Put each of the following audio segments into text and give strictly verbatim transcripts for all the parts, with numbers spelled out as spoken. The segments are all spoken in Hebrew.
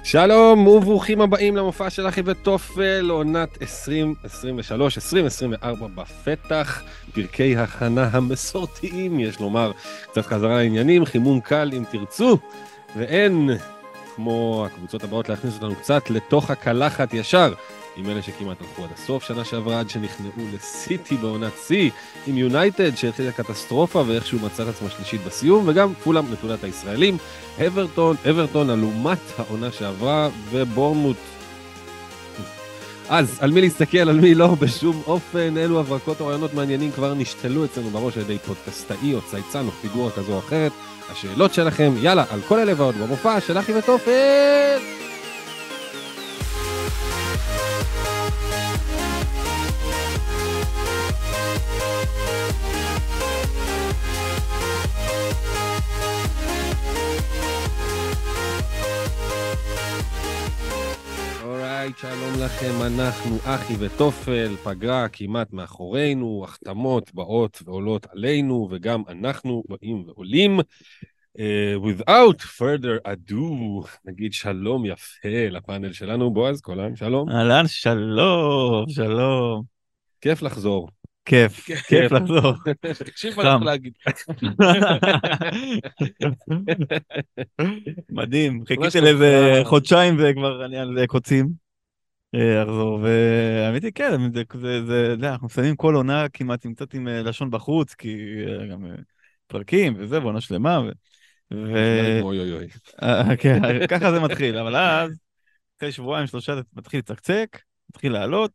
שלום וברוכים הבאים למופע של אחי וטופל, עונת עשרים עשרים ושלוש עשרים עשרים וארבע בפתח, פרקי הכנה המסורתיים, יש לומר, קצת חזרה לעניינים, חימום קל אם תרצו, ואין כמו הקבוצות הבאות להכניס אותנו קצת לתוך הקלחת ישר, עם אלה שכמעט הלכו עד הסוף שנה שעברה, עד שנכנעו לסיטי בעונת C, עם יונייטד שהתחילה קטסטרופה ואיכשהו מצא את עצמה שלישית בסיום, וגם פולאם נטולת הישראלים, אברטון, אברטון אלומת העונה שעברה, ובורנמוט. אז על מי להסתכל, על מי לא, בשום אופן, אלו הברקות או רעיונות מעניינים כבר נשתלו אצלנו בראש על ידי פודקאסטאי או צייצן או פיגורה כזו או אחרת. השאלות שלכם, יאללה, על כל אלה ועוד במופע של אחי וטופל! שלום לכם, אנחנו אחי וטופל, פגרה כמעט מאחורינו, החתמות באות ועולות עלינו, וגם אנחנו באים ועולים. Uh, without further ado, נגיד שלום יפה לפאנל שלנו, בועז, קולן, שלום. אהלן, שלום, שלום. כיף לחזור. כיף, כיף לחזור. תקשיב מה לך להגיד. מדהים, חיכיתי לאיזה חודשיים וכבר אני על קוצים. אחזור, והאמת היא כן, אנחנו שמים כל עונה כמעט עם קצת עם לשון בחוץ, כי גם פרקים וזה, ועונה שלמה. אוי אוי אוי. ככה זה מתחיל, אבל אז, אחרי שבועיים, שלושה, מתחיל לצקצק, מתחיל לעלות,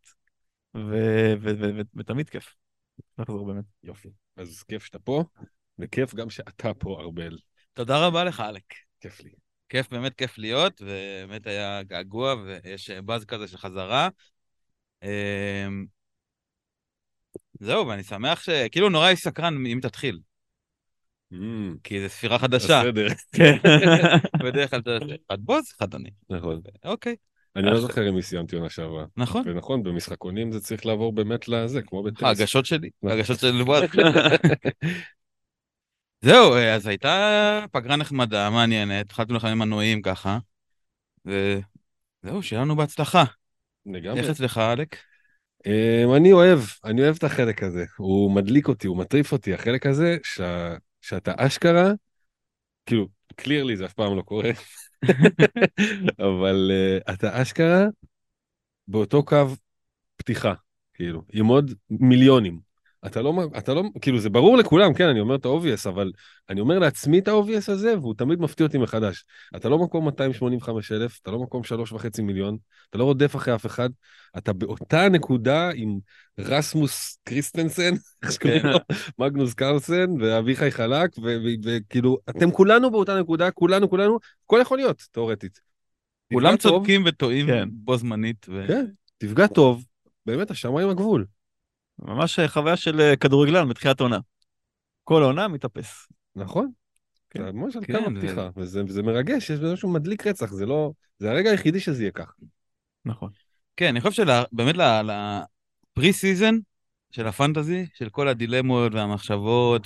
ותמיד כיף. לחזור באמת. יופי. אז כיף שאתה פה, וכיף גם שאתה פה, ארבל. תודה רבה לך, אלק. כיף לי. כיף, באמת כיף להיות, ובאמת היה געגוע, ויש באז כזה של חזרה. זהו, ואני שמח ש... כאילו נורא סקרן אם תתחיל. כי זו ספירה חדשה. בסדר. בדרך כלל אתה... אחד בוז, אחד אני. נכון. אוקיי. אני לא זוכר אם סיימתי עונה שעברה. נכון. ונכון, במשחקונים זה צריך לעבור באמת לזה, כמו בטסט. ההגשות שלי. ההגשות שלי לבועז. זהו, אז הייתה פגרה נחמדה, מעניינת, התחלנו לכם עם מנועים ככה, וזהו, שיהיה לנו בהצלחה. לגמרי. איך אצלך, אלק? אני אוהב, אני אוהב את החלק הזה, הוא מדליק אותי, הוא מטריף אותי, החלק הזה שאתה אשכרה, כאילו, clearly זה אף פעם לא קורה, אבל אתה אשכרה באותו קו פתיחה, כאילו, עם עוד מיליונים. אתה לא, אתה לא, כאילו זה ברור לכולם, כן, אני אומר את האובייס, אבל אני אומר לעצמי את האובייס הזה, והוא תמיד מפתיע אותי מחדש. אתה לא מקום מאתיים שמונים וחמישה אלף, אתה לא מקום שלוש וחצי מיליון, אתה לא רודף אחרי אף אחד, אתה באותה נקודה עם רסמוס קריסטנסן, מגנוס קרלסן, ואביחי חלק, וכאילו, אתם כולנו באותה נקודה, כולנו, כולנו, הכל יכול להיות, תיאורטית. כולם צודקים וטועים בו זמנית. כן, תפגע טוב, באמת השמיים הגבול. ממש חוויה של כדורגלן מתחילת עונה. כל העונה מתאפס. נכון. זה ממש על כמה פתיחה, וזה מרגש, יש משהו מדליק רצח, זה לא, זה הרגע היחידי שזה יהיה כך. נכון. כן, אני חושב שבאמת לפרי סיזן של הפנטזי, של כל הדילמות והמחשבות,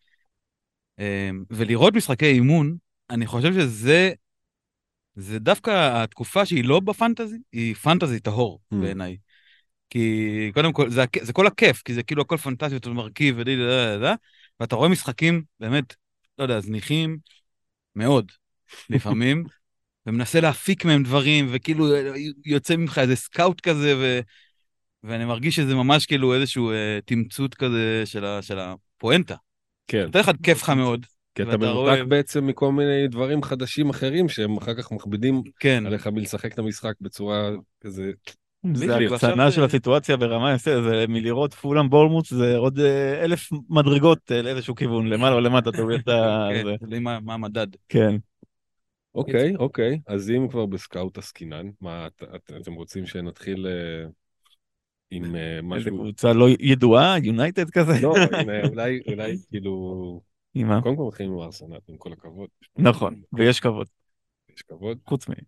ולראות משחקי אימון, אני חושב שזה, זה דווקא התקופה שהיא לא בפנטזי, היא פנטזי טהור בעיניי. כי קודם כל, זה, זה כל הכיף, כי זה כאילו הכל פנטזיות ומרכיב ודי, די, די, די, ואתה רואה משחקים באמת, לא יודע, זניחים מאוד, לפעמים, ומנסה להפיק מהם דברים, וכאילו יוצא ממך איזה סקאוט כזה, ו, ואני מרגיש שזה ממש כאילו איזשהו אה, תמצות כזה של, ה, של הפואנטה. כן. אתה אחד כיף לך מאוד. כי אתה מנותק רואה... בעצם מכל מיני דברים חדשים אחרים, שהם אחר כך מכבידים כן. עליך מלשחק את המשחק בצורה כזה... זה הקצנה של הסיטואציה ברמה, זה מלראות פולאם בורנמוט, זה עוד אלף מדרגות לאיזשהו כיוון, למעלה או למטה, תוריד את זה. כן, מה המדד. כן. אוקיי, אוקיי, אז אם כבר בסקאוט עסקינן, מה אתם רוצים שנתחיל עם משהו... איזה קבוצה לא ידועה, יונייטד כזה? לא, אולי, אולי כאילו... קודם כל מתחילים עם ארסנל, עם כל הכבוד. נכון, ויש כבוד. יש כבוד. חוץ מי.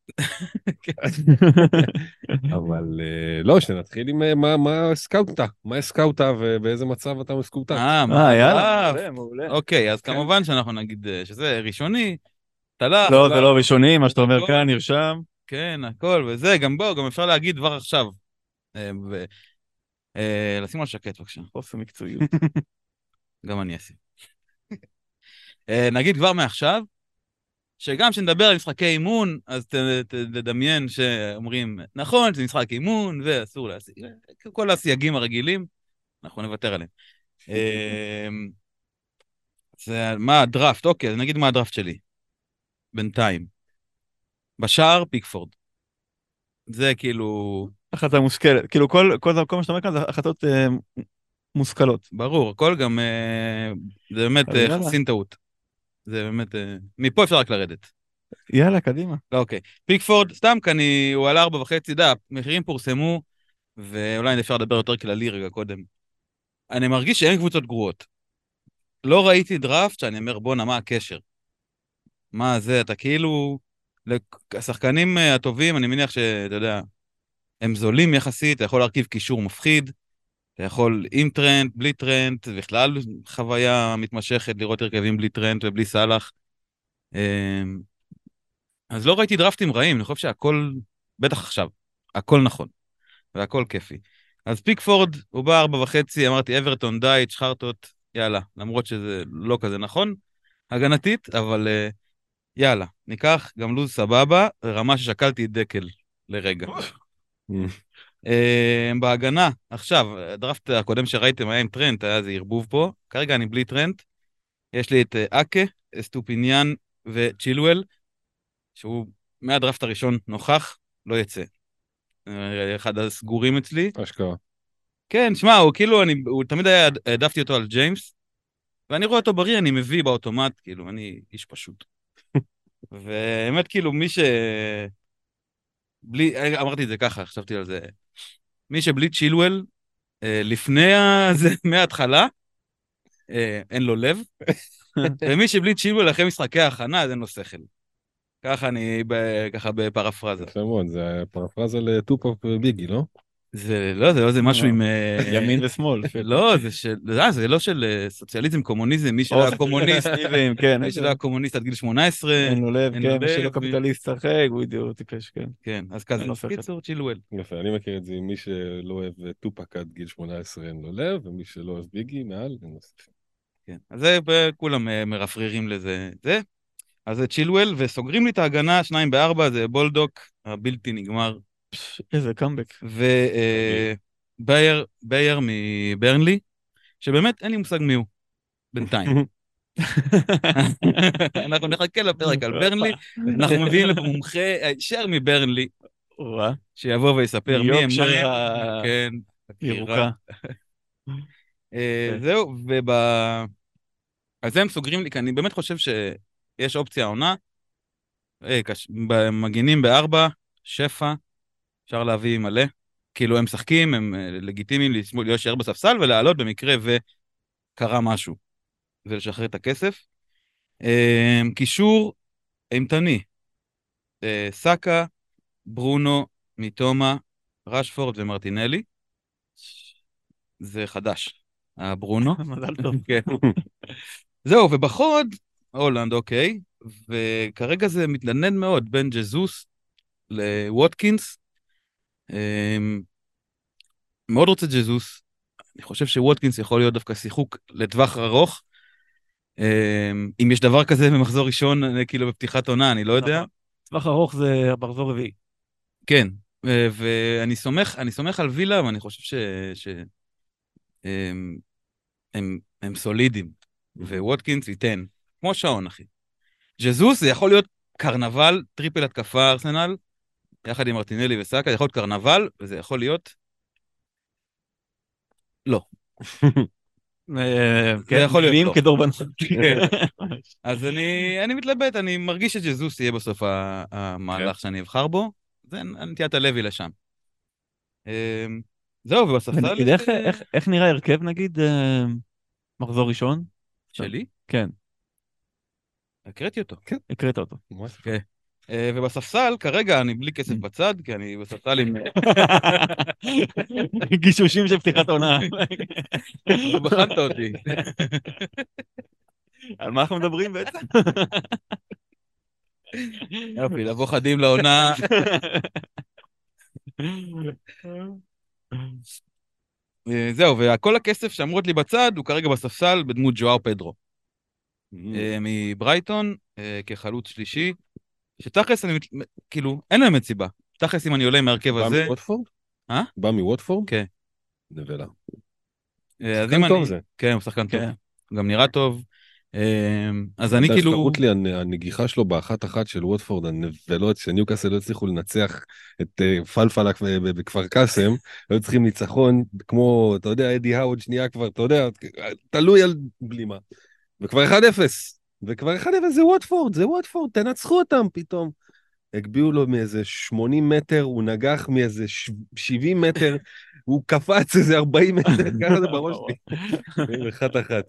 אבל לא, שנתחיל עם מה הסקאוטה, מה הסקאוטה ובאיזה מצב אתה מסקאוטה. אה, יאללה. אוקיי, אז כמובן שאנחנו נגיד שזה ראשוני, סלח. לא, זה לא ראשוני, מה שאתה אומר כאן, נרשם. כן, הכל, וזה, גם בוא, גם אפשר להגיד דבר עכשיו. לשים על שקט, בבקשה. חוסר מקצועיות. גם אני אשים. נגיד כבר מעכשיו, שגם כשנדבר על משחקי אימון, אז תדמיין שאומרים, נכון, זה משחק אימון, ואסור להשיג, כל הסייגים הרגילים, אנחנו נוותר עליהם. זה, מה הדראפט? אוקיי, אז נגיד מה הדראפט שלי. בינתיים. בשער, פיקפורד. זה כאילו... החלטה מושכלת. כאילו, כל, כל, כל מה שאתה אומר כאן זה החלטות אה, מושכלות. ברור, הכל גם... אה, זה באמת אה, חסין טעות. זה באמת... אה, מפה אפשר רק לרדת. יאללה, קדימה. לא, אוקיי. פיקפורד, סתם כאן, הוא על ארבע וחצי, דה, מחירים פורסמו, ואולי אפשר לדבר יותר כללי רגע קודם. אני מרגיש שאין קבוצות גרועות. לא ראיתי דראפט שאני אומר, בונה, מה הקשר? מה זה, אתה כאילו... השחקנים הטובים, אני מניח שאתה יודע, הם זולים יחסית, אתה יכול להרכיב קישור מפחיד, אתה יכול עם טרנד, בלי טרנד, בכלל חוויה מתמשכת לראות הרכבים בלי טרנד ובלי סלח. אז לא ראיתי דרפטים רעים, אני חושב שהכל, בטח עכשיו, הכל נכון, והכל כיפי. אז פיקפורד, הוא בא ארבע וחצי, אמרתי אברטון, דייט, שחרטות, יאללה, למרות שזה לא כזה נכון, הגנתית, אבל יאללה, ניקח גם לוז סבבה, רמה ששקלתי דקל לרגע. בהגנה, עכשיו, הדרפט הקודם שראיתם היה עם טרנט, היה איזה ערבוב פה, כרגע אני בלי טרנט, יש לי את אקה, אסטופיניאן וצ'ילואל, שהוא מהדרפט הראשון נוכח, לא יצא. אחד הסגורים אצלי. אשכרה. כן, שמע, הוא כאילו, אני, הוא תמיד היה, העדפתי אותו על ג'יימס, ואני רואה אותו בריא, אני מביא באוטומט, כאילו, אני איש פשוט. והאמת, כאילו, מי ש... בלי, אמרתי את זה ככה, חשבתי על זה. מי שבלי צ'ילואל, לפני זה, מההתחלה, אין לו לב, ומי שבלי צ'ילואל אחרי משחקי ההכנה, אז אין לו שכל. ככה אני, ככה בפרפרזה. יפה מאוד, זה פרפרזה לטופק וביגי, לא? זה לא, זה לא, זה משהו עם... ימין ושמאל. לא, זה של... זה לא של סוציאליזם, קומוניזם, מי שלא היה קומוניסט, מי שלא היה קומוניסט עד גיל שמונה עשרה. אין לו לב, כן, מי שלא קפיטליסט שחק, הוא אידיוט טיפש, כן. כן, אז כזה, קיצור, צ'ילואל. יפה, אני מכיר את זה, מי שלא אוהב טופק עד גיל שמונה עשרה אין לו לב, ומי שלא אוהב ביגי מעל, אין לו שכל. כן, אז זה כולם מרפררים לזה, זה. אז זה צ'ילואל, וסוגרים לי את ההגנה, שניים בארבע, זה בולדוק, הבלתי נגמר. איזה קאמבק. ובייר, בייר מברנלי, שבאמת אין לי מושג מי הוא, בינתיים. אנחנו נחכה לפרק על ברנלי, אנחנו מביאים לפה מומחה הישר מברנלי, שיבוא ויספר מי הם מה. כן, ירוקה. זהו, וב... אז הם סוגרים לי, כי אני באמת חושב שיש אופציה עונה, מגינים בארבע, שפע, אפשר להביא מלא, כאילו הם משחקים, הם לגיטימיים להישאר בספסל ולעלות במקרה וקרה משהו, ולשחרר את הכסף. קישור אימתני, סאקה, ברונו, מיטומה, רשפורד ומרטינלי, זה חדש, הברונו. מזל טוב. זהו, ובחוד, הולנד, אוקיי, וכרגע זה מתלנן מאוד בין ג'זוס לווטקינס, מאוד רוצה ג'זוס, אני חושב שווטקינס יכול להיות דווקא שיחוק לטווח ארוך, אם יש דבר כזה במחזור ראשון, כאילו בפתיחת עונה, אני לא יודע. טווח ארוך זה המחזור רביעי. כן, ואני סומך, אני סומך על וילה, ואני חושב ש... ש... הם, הם, הם סולידים, וווטקינס ייתן, כמו שעון, אחי. ג'זוס זה יכול להיות קרנבל, טריפל התקפה ארסנל, יחד עם מרטינלי וסאקה, זה יכול להיות קרנבל, וזה יכול להיות... לא. זה יכול להיות לא. כדור בנצח. אז אני מתלבט, אני מרגיש שג'זוס יהיה בסוף המהלך שאני אבחר בו, זה נטיית הלוי לשם. זהו, ובספסל... איך נראה הרכב, נגיד, מחזור ראשון? שלי? כן. הקראתי אותו. כן, הקראת אותו. כן. ובספסל, כרגע אני בלי כסף בצד, כי אני בספסל עם... גישושים של פתיחת עונה. בחנת אותי. על מה אנחנו מדברים בעצם? יופי, לבוא חדים לעונה. אה, זהו, וכל הכסף שאמור להיות לי בצד, הוא כרגע בספסל בדמות ג'ואר פדרו. אה, מברייטון, אה, כחלוץ שלישי, שתכלס, אני, מת- כאילו, אין להם את סיבה. תכלס, אם אני עולה מהרכב בא הזה... מווטפורד? אה? בא מווטפורד? כן. נבלה. אה, אז שחקן אם טוב אני... זה. כן, הוא שחקן טוב. כן. הוא גם נראה טוב. אה, אז אתה אני יודע, כאילו... שחרוט לי הנ- הנגיחה שלו באחת אחת של ווטפורד, הנבלות שניוקאסל לא הצליחו לנצח את אה, פלפלק ב- ב- בכפר קאסם, היו צריכים ניצחון, כמו, אתה יודע, אדי האוד שנייה כבר, אתה יודע, תלוי על בלימה. וכבר אחד אפס, וכבר אחד אפס זה ווטפורד, זה ווטפורד, תנצחו אותם פתאום. הגביאו לו מאיזה שמונים מטר, הוא נגח מאיזה ש- שבעים מטר, הוא קפץ איזה ארבעים מטר, ככה זה בראש לי. אחת אחת.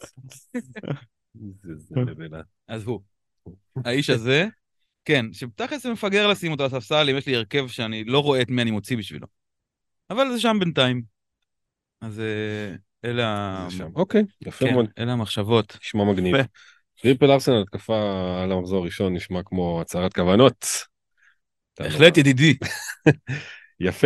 זה זה נבלה. אז הוא. האיש הזה, כן, שתכלס זה מפגר לשים אותו על הספסל, אם יש לי הרכב שאני לא רואה את מי אני מוציא בשבילו. אבל זה שם בינתיים. אז אה, אלה ה... זה שם. אוקיי, יפה כן, מאוד. אלה המחשבות. נשמע מגניב. טריפל ארסנל, התקפה על המחזור הראשון, נשמע כמו הצהרת כוונות. בהחלט ידידי. יפה.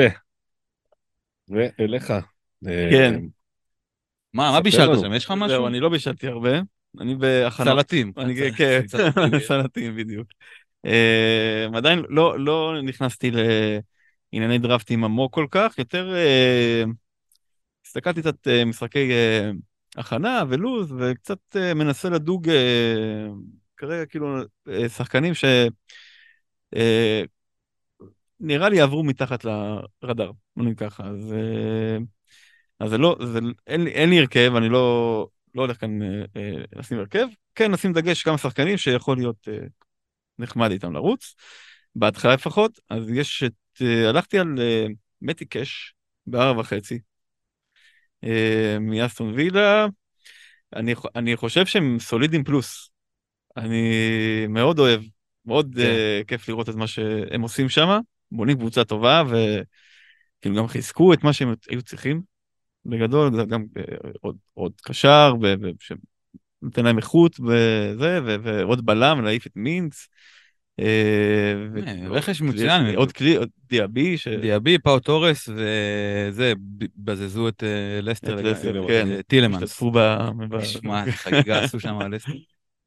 ואליך. כן. אה, מה, מה ספר בישלת לנו. שם? יש לך משהו? זהו, אני לא בישלתי הרבה, אני בהכנות. סלטים. אני, צ- כן, צ- סלטים בדיוק. אה, עדיין לא, לא נכנסתי לענייני דרפטים עמוק כל כך, יותר אה, הסתכלתי קצת אה, משחקי אה, הכנה ולוז, וקצת אה, מנסה לדוג אה, כרגע כאילו אה, שחקנים ש... אה, נראה לי יעברו מתחת לרדאר, בוא נגיד ככה, אז, אה, אז זה לא, זה, אין, לי- אין לי הרכב, אני לא, לא הולך כאן אה, אה, לשים הרכב, כן נשים דגש כמה שחקנים שיכול להיות אה, נחמד איתם לרוץ, בהתחלה לפחות, אז יש את, אה, הלכתי על אה, מתי קש בארבע וחצי, אה, מאסטון וילה, אני, אני חושב שהם סולידים פלוס, אני מאוד אוהב, מאוד כן. אה, כיף לראות את מה שהם עושים שם, בונים קבוצה טובה, וכאילו גם חיזקו את מה שהם היו צריכים, בגדול, זה גם אה, עוד, עוד קשר, ו- ו- שנותן להם איכות וזה, ו- ועוד בלם, להעיף את מינץ, אה, ו- אה, ועוד רכש כלי- מצוין. עוד כלי, עוד דיאבי, ש... דיאבי, פאו תורס, וזה, ב- בזזו את אה, לסטר, את לגמרי, לסטר, את, כן, אה, טילמנס. השתתפו ב... ב- שמע, חגיגה עשו שם על לסטר.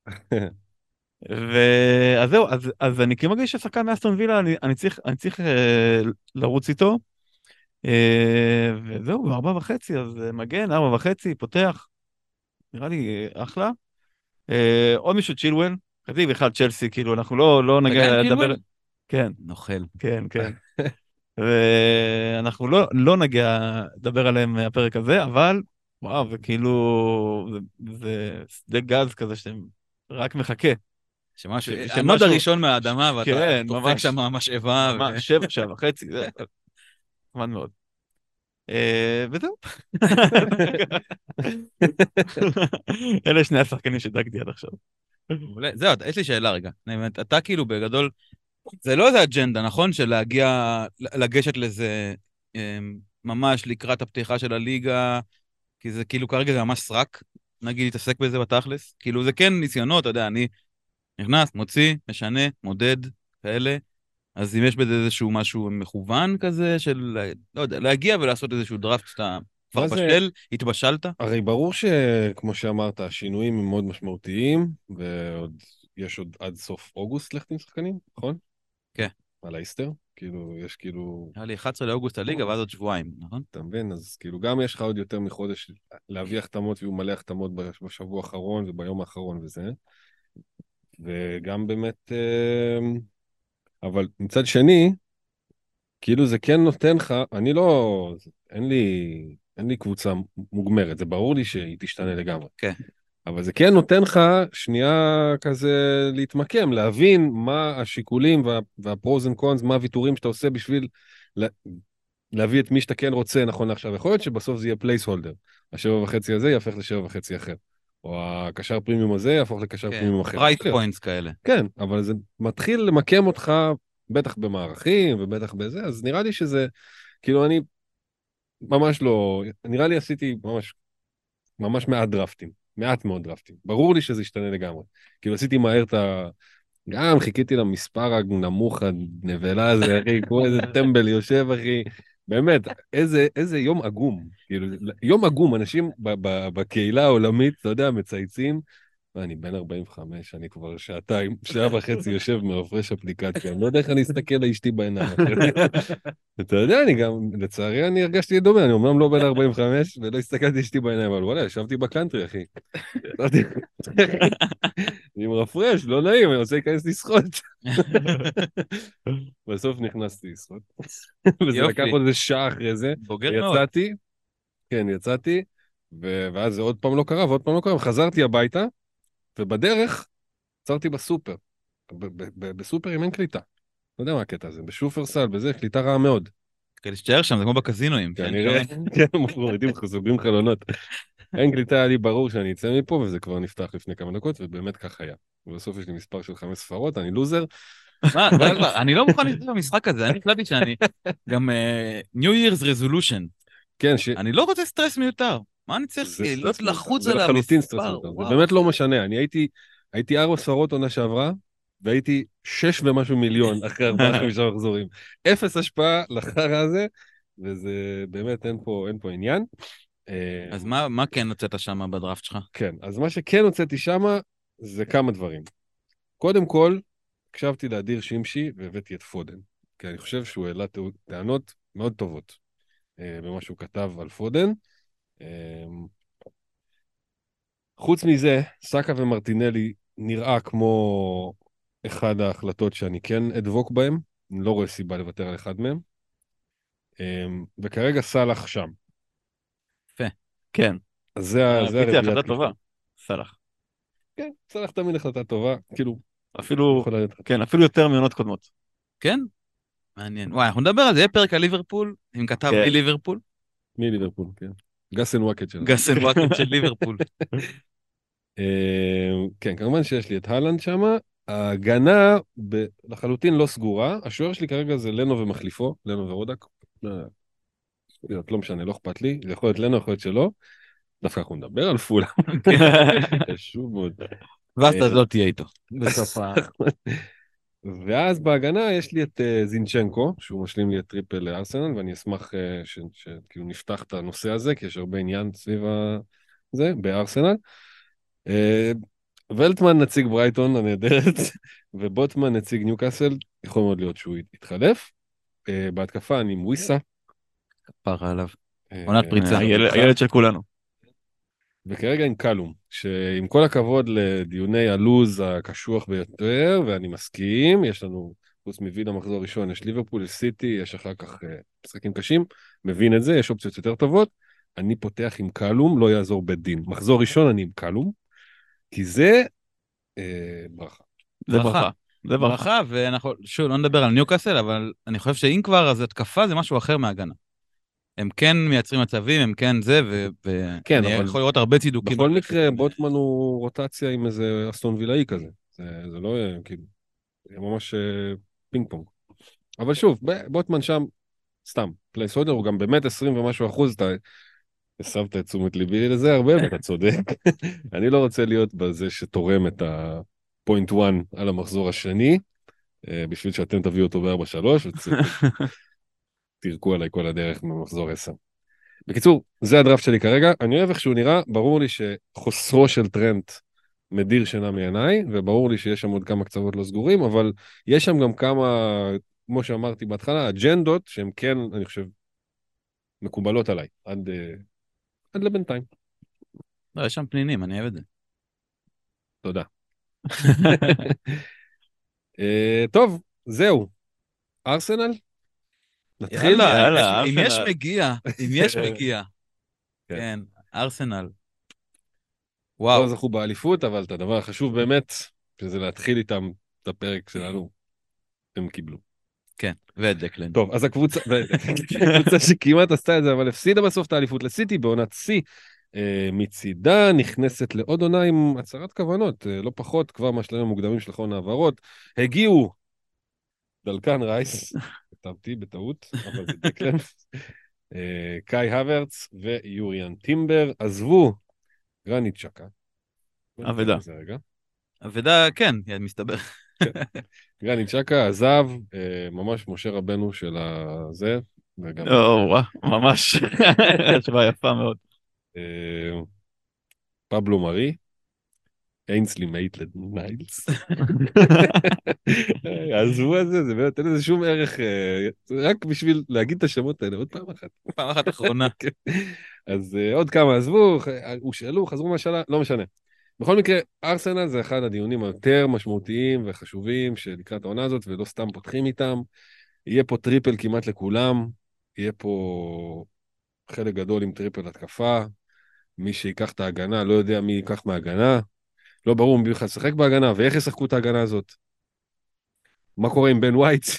ואז זהו, אז, אז אני כאילו מרגיש ששחקן מאסטון וילה, אני, אני צריך, אני צריך אה, לרוץ איתו, אה, וזהו, בארבע וחצי, אז אה, מגן, ארבע וחצי, פותח, נראה לי אה, אחלה. אה, עוד מישהו צ'ילואל, חצי בכלל צ'לסי, כאילו, אנחנו לא, לא אתה גם נגיע לדבר... צ'ילואל? כן, נוכל. כן, כן. ואנחנו לא, לא נגיע לדבר עליהם מהפרק הזה, אבל, וואו, זה כאילו, זה, זה שדה גז כזה שאתם רק מחכה. שמשהו, ש- הנוד שמשהו- הראשון מהאדמה, ואתה כן, דופק ממש. שם משאבה. ו- ממש, שבע, שבע וחצי, זה נחמד מאוד. אה, וזהו. אלה שני השחקנים שדגתי עד עכשיו. מעולה. זהו, יש לי שאלה רגע. אני באמת, אתה כאילו בגדול, זה לא איזה אג'נדה, נכון? של להגיע, לגשת לזה אמ, ממש לקראת הפתיחה של הליגה, כי זה כאילו כרגע זה ממש סרק, נגיד להתעסק בזה בתכלס. כאילו זה כן ניסיונות, אתה יודע, אני נכנס, מוציא, משנה, מודד, כאלה. אז אם יש בזה איזשהו משהו מכוון כזה, של, לא יודע, להגיע ולעשות איזשהו דראפט שאתה כבר מה זה? בשל, התבשלת? הרי ברור שכמו שאמרת, השינויים הם מאוד משמעותיים, ועוד יש עוד עד סוף אוגוסט לכת עם שחקנים, נכון? כן. על האיסטר, כאילו, יש כאילו, היה לי אחד עשר לאוגוסט הליגה, ואז עוד שבועיים, נכון? אתה מבין? אז כאילו, גם יש לך עוד יותר מחודש להביא החתמות, ויהיו מלא החתמות בשבוע האחרון וביום האחרון וזה. וגם באמת, אה, אבל מצד שני, כאילו זה כן נותן לך, אני לא, אין לי, אין לי קבוצה מוגמרת, זה ברור לי שהיא תשתנה לגמרי. כן. אבל זה כן נותן לך שנייה כזה להתמקם, להבין מה השיקולים וה, והפרוז אנד קונס, מה הוויתורים שאתה עושה בשביל לה, להביא את מי שאתה כן רוצה נכון לעכשיו. יכול להיות שבסוף זה יהיה פלייס הולדר. השבע וחצי הזה יהפך לשבע וחצי אחר. או הקשר פרימיום הזה יהפוך לקשר כן, פרימיום אחר. ברייט פוינטס כאלה. כן, אבל זה מתחיל למקם אותך, בטח במערכים ובטח בזה, אז נראה לי שזה, כאילו אני ממש לא, נראה לי עשיתי ממש, ממש מעט דרפטים, מעט מאוד דרפטים. ברור לי שזה ישתנה לגמרי. כאילו עשיתי מהר את, ה, גם חיכיתי למספר הנמוך הנבלה הזה, אחי, כמו איזה טמבל יושב, אחי. באמת, איזה, איזה יום עגום. כאילו, יום עגום, אנשים ב- ב- בקהילה העולמית, אתה יודע, מצייצים, ואני בן ארבעים וחמש, אני כבר שעתיים, שעה וחצי יושב מרפרש אפליקציה, אני לא יודע איך אני אסתכל לאשתי בעיניים. אתה יודע, אני גם, לצערי אני הרגשתי דומה, אני אומנם לא בן ארבעים וחמש, ולא הסתכלתי לאשתי בעיניים, אבל וואלה, ישבתי בקאנטרי, אחי. אני מרפרש, לא נעים, אני רוצה להיכנס לשחות. בסוף נכנסתי לשחות. וזה לקח יופי. עוד איזה שעה אחרי זה, בוגר מאוד. ויצאתי, כן, יצאתי, ו- ואז זה עוד פעם לא קרה, ועוד פעם לא קרה, וחזרתי הביתה, ובדרך עצרתי בסופר. ב- ב- ב- בסופרים אין קליטה. לא יודע מה הקטע הזה, בשופרסל, בזה, קליטה רעה מאוד. כדי שתשאר שם, זה כמו בקזינואים. כן, כנראה, שם- כן, מורידים סוגרים חלונות. אין קליטה, היה לי ברור שאני אצא מפה, וזה כבר נפתח לפני כמה דקות, ובאמת כך היה. ובסוף יש לי מספר של חמש ספרות, אני לוזר. מה, די כבר, אני לא מוכן לצאת במשחק הזה, אני החלטתי שאני גם אה, New Year's Resolution. כן, ש... אני לא רוצה סטרס מיותר. מה אני צריך זה אה, סטרס להיות מיותר, לחוץ זה על לחלוטין סטרס המספר? מיותר, זה וואו. באמת לא משנה, אני הייתי, הייתי ארבע ספרות עונה שעברה, והייתי שש ומשהו מיליון אחרי ארבעה חמישה מחזורים. אפס השפעה לחרא הזה, וזה באמת, אין פה, אין פה עניין. אה, אז מה מה כן הוצאת שם בדראפט שלך? כן, אז מה שכן הוצאתי שמה, זה כמה דברים. קודם כל, הקשבתי לאדיר שימשי והבאתי את פודן, כי אני חושב שהוא העלה טענות מאוד טובות אה, במה שהוא כתב על פודן. אה, חוץ מזה, סאקה ומרטינלי נראה כמו אחד ההחלטות שאני כן אדבוק בהם, אני לא רואה סיבה לוותר על אחד מהם, אה, וכרגע סאלח שם. יפה. כן. אז זה, ה- זה פיטי, הרביעיית החלטה קישור. טובה. סלח. כן, סאלח תמיד החלטה טובה, כאילו, אפילו, יכולה להיות. כן, אפילו יותר מעונות קודמות. כן? מעניין. וואי, אנחנו נדבר על זה, יהיה פרק על ליברפול, עם כתב כן. מליברפול, מי ליברפול, כן. גסן וואקד שלנו. גסן וואקד של ליברפול. אה, כן, כמובן שיש לי את הלנד שם. ההגנה ב- לחלוטין לא סגורה. השוער שלי כרגע זה לנו ומחליפו, לנו ורודק. אה, לא משנה, לא אכפת לי. זה יכול להיות לנו, יכול להיות שלא. דווקא אנחנו נדבר על פולה. חשוב מאוד. ואז אתה לא תהיה איתו. בסוף ה... ואז בהגנה יש לי את uh, זינצ'נקו, שהוא משלים לי את טריפל לארסנל, ואני אשמח uh, שכאילו נפתח את הנושא הזה, כי יש הרבה עניין סביב זה, בארסנל. Uh, ולטמן נציג ברייטון הנהדרת, ובוטמן נציג ניוקאסל, יכול מאוד להיות שהוא יתחלף. Uh, בהתקפה אני עם וויסה. כפרה עליו. Uh, עונת פריצה. הילד הילד של כולנו. וכרגע עם קלום, שעם כל הכבוד לדיוני הלוז הקשוח ביותר, ואני מסכים, יש לנו, חוץ מווילה מחזור ראשון, יש ליברפול, יש סיטי, יש אחר כך uh, משחקים קשים, מבין את זה, יש אופציות יותר טובות, אני פותח עם קלום, לא יעזור בית דין. מחזור ראשון אני עם קלום, כי זה אה, ברכה. זה ברכה. ברכה. זה ברכה. ברכה, ואנחנו, שוב, לא נדבר על ניוקאסל, אבל אני חושב שאם כבר, אז התקפה זה משהו אחר מהגנה. הם כן מייצרים מצבים, הם כן זה, ואני כן, אבל יכול לראות הרבה צידוקים. בכל מקרה, בוטמן הוא רוטציה עם איזה אסטון וילאי כזה. זה, זה לא יהיה, כאילו, זה ממש אה, פינג פונג. אבל שוב, ב- בוטמן שם, סתם, פלייסהולדר הוא גם באמת עשרים ומשהו אחוז, אתה הסבת את תשומת ליבי לזה הרבה, ואתה צודק. אני לא רוצה להיות בזה שתורם את הפוינט וואן על המחזור השני, אה, בשביל שאתם תביאו אותו ב-ארבע שלוש, ותירקו עליי כל הדרך ממחזור עשר. בקיצור, זה הדראפט שלי כרגע, אני אוהב איך שהוא נראה, ברור לי שחוסרו של טרנט מדיר שינה מעיניי, וברור לי שיש שם עוד כמה קצוות לא סגורים, אבל יש שם גם כמה, כמו שאמרתי בהתחלה, אג'נדות שהן כן, אני חושב, מקובלות עליי, עד, uh, עד לבינתיים. לא, יש שם פנינים, אני אוהב את זה. תודה. uh, טוב, זהו. ארסנל? נתחיל? יאללה, יאללה, אם יש ארסנל. מגיע, אם יש מגיע. כן. כן, ארסנל. לא וואו. זכו באליפות, אבל את הדבר החשוב באמת, שזה להתחיל איתם את הפרק שלנו, הם קיבלו. כן, ודקלן. טוב, אז הקבוצה, הקבוצה שכמעט עשתה את זה, אבל הפסידה בסוף את האליפות לסיטי בעונת שיא, מצידה נכנסת לעוד עונה עם הצהרת כוונות, אה, לא פחות, כבר מהשלבים המוקדמים של אחרון העברות, הגיעו דלקן רייס, כתבתי בטעות, אבל זה דקלן, אה, קאי הוורץ ויוריאן טימבר, עזבו גרנית שקה. אבדה. זה רגע. אבדה, כן, כן, מסתבר. גרניט צ'קה עזב, ממש משה רבנו של הזה, וגם או, ממש, השוואה יפה מאוד. פבלו מרי, אינסלי מייטלד מיילס. עזבו את זה, זה באמת, אין לזה שום ערך, רק בשביל להגיד את השמות האלה, עוד פעם אחת. פעם אחת אחרונה. אז עוד כמה עזבו, הושאלו, חזרו מהשאלה, לא משנה. בכל מקרה, ארסנל זה אחד הדיונים היותר משמעותיים וחשובים שלקראת העונה הזאת, ולא סתם פותחים איתם. יהיה פה טריפל כמעט לכולם, יהיה פה חלק גדול עם טריפל התקפה, מי שיקח את ההגנה, לא יודע מי ייקח מההגנה, לא ברור מי בכלל לשחק בהגנה, ואיך ישחקו את ההגנה הזאת. מה קורה עם בן וייט?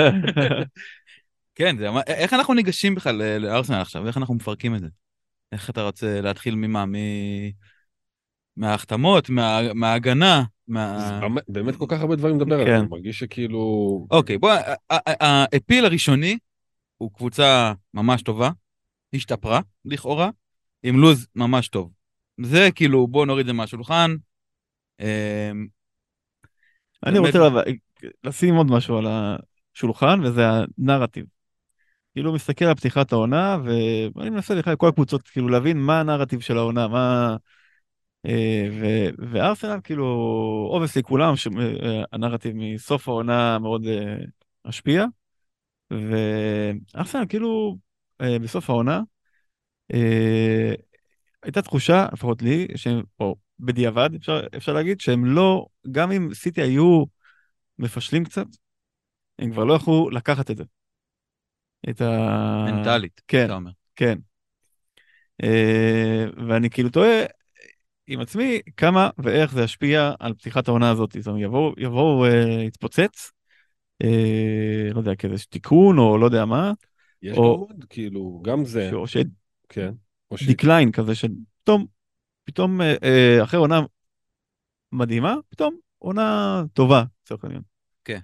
כן, זה, איך אנחנו ניגשים בכלל לארסנל עכשיו? איך אנחנו מפרקים את זה? איך אתה רוצה להתחיל ממה? מ... מההחתמות, מה... מההגנה? מה... באמת כל כך הרבה דברים לדבר עליהם, אני מרגיש שכאילו... אוקיי, בוא, האפיל הראשוני הוא קבוצה ממש טובה, השתפרה, לכאורה, עם לוז ממש טוב. זה כאילו, בוא נוריד את זה מהשולחן. אני רוצה לשים עוד משהו על השולחן, וזה הנרטיב. כאילו מסתכל על פתיחת העונה, ואני מנסה לך כל הקבוצות, כאילו להבין מה הנרטיב של העונה, מה... וארסנל, כאילו, אובייסלי כולם, הנרטיב מסוף העונה מאוד השפיע, וארסנל, כאילו, בסוף העונה, הייתה תחושה, לפחות לי, שהם, או בדיעבד, אפשר, אפשר להגיד, שהם לא, גם אם סיטי היו מפשלים קצת, הם כבר לא יכלו לקחת את זה. את ה... מנטלית, כן, אתה אומר. כן. ואני כאילו טועה עם עצמי, כמה ואיך זה ישפיע על פתיחת העונה הזאת. זאת אומרת, יבואו, יבואו, יתפוצץ, לא יודע, כזה תיקון, או לא יודע מה. יש עוד, כאילו, גם זה. או ש... כן. דיקליין כזה, שפתאום, פתאום, אחרי עונה מדהימה, פתאום עונה טובה, צריך להגיד. כן.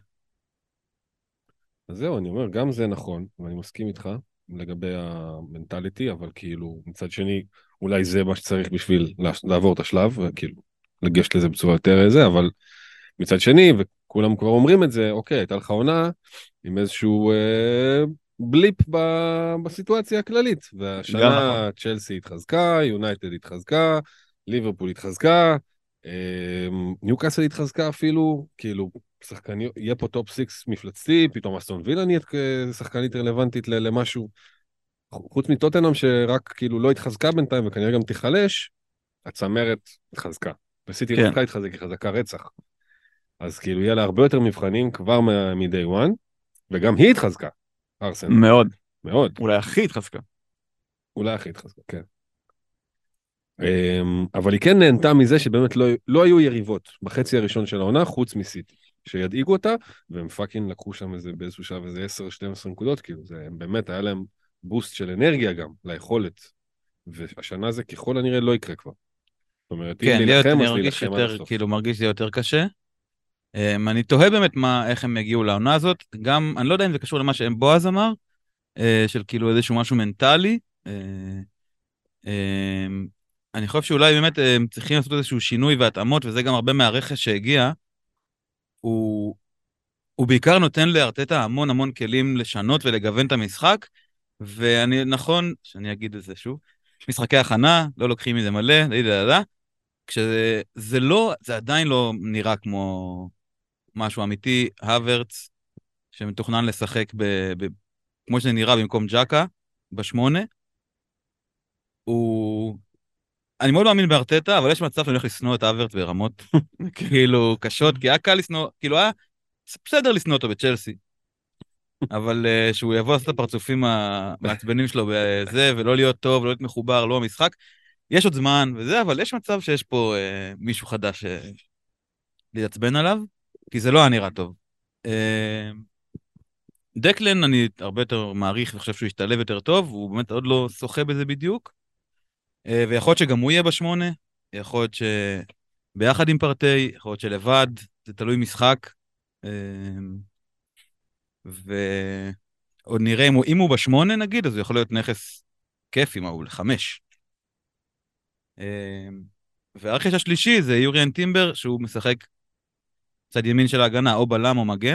אז זהו, אני אומר, גם זה נכון, ואני מסכים איתך לגבי המנטליטי, אבל כאילו, מצד שני, אולי זה מה שצריך בשביל לעבור את השלב, וכאילו, לגשת לזה בצורה יותר איזה, אבל מצד שני, וכולם כבר אומרים את זה, אוקיי, הייתה לך עונה עם איזשהו אה, בליפ ב, בסיטואציה הכללית, והשנה צ'לסי התחזקה, יונייטד התחזקה, ליברפול התחזקה, אה, ניוקאסל התחזקה אפילו, כאילו, שחקני, יהיה פה טופ סיקס מפלצתי, פתאום אסטון וילה נהיית שחקנית רלוונטית למשהו, חוץ מטוטנהאם שרק כאילו לא התחזקה בינתיים וכנראה גם תיחלש, הצמרת התחזקה. וסיטי לא צריכה להתחזק, היא חזקה רצח. אז כאילו יהיה לה הרבה יותר מבחנים כבר מ-day one, וגם היא התחזקה, ארסנל. מאוד. מאוד. אולי הכי התחזקה. אולי הכי התחזקה, כן. אבל היא כן נהנתה מזה שבאמת לא, לא היו יריבות בחצי הראשון של העונה, חוץ מסיטי, שידאיגו אותה, והם פאקינג לקחו שם איזה, באיזשהו שעה איזה עשר שתים עשרה נקודות, כאילו זה באמת היה להם בוסט של אנרגיה גם, ליכולת, והשנה זה ככל הנראה לא יקרה כבר. זאת אומרת, כן, אם להילחם, אז להילחם עד הסוף. כאילו מרגיש שזה יותר קשה. Um, אני תוהה באמת מה, איך הם הגיעו לעונה הזאת, גם, אני לא יודע אם זה קשור למה שבועז אמר, uh, של כאילו איזשהו משהו מנטלי, uh, um, אני חושב שאולי באמת הם צריכים לעשות איזשהו שינוי והתאמות, וזה גם הרבה מהרכש שהגיע, הוא, הוא בעיקר נותן לארטטה המון המון כלים לשנות ולגוון את המשחק, ואני נכון, שאני אגיד את זה שוב, משחקי הכנה, לא לוקחים מזה מלא, לדעדה, כשזה זה לא, זה עדיין לא נראה כמו משהו אמיתי, הוורץ, שמתוכנן לשחק ב, ב, כמו שזה נראה במקום ג'קה, בשמונה, הוא... אני מאוד מאמין בארטטה, אבל יש מצב שאני הולך לשנוא את הוורץ ברמות, כאילו, קשות, כי היה קל לשנוא, כאילו היה בסדר לשנוא אותו בצ'לסי, אבל uh, שהוא יבוא לעשות את הפרצופים המעצבנים שלו בזה, ולא להיות טוב, ולא להיות מחובר, לא המשחק, יש עוד זמן וזה, אבל יש מצב שיש פה uh, מישהו חדש uh, להצבן עליו, כי זה לא היה נראה טוב. Uh, דקלן אני הרבה יותר מעריך וחושב שהוא ישתלב יותר טוב, הוא באמת עוד לא שוחה בזה בדיוק, uh, ויכול להיות שגם הוא יהיה בשמונה, יכול להיות שביחד עם פרטי, יכול להיות שלבד, זה תלוי משחק, uh, ועוד נראה אם הוא, אם הוא בשמונה נגיד, אז הוא יכול להיות נכס כיפי, מה הוא לחמש. והרכש השלישי זה יוריאן טימבר, שהוא משחק צד ימין של ההגנה, או בלם או מגן.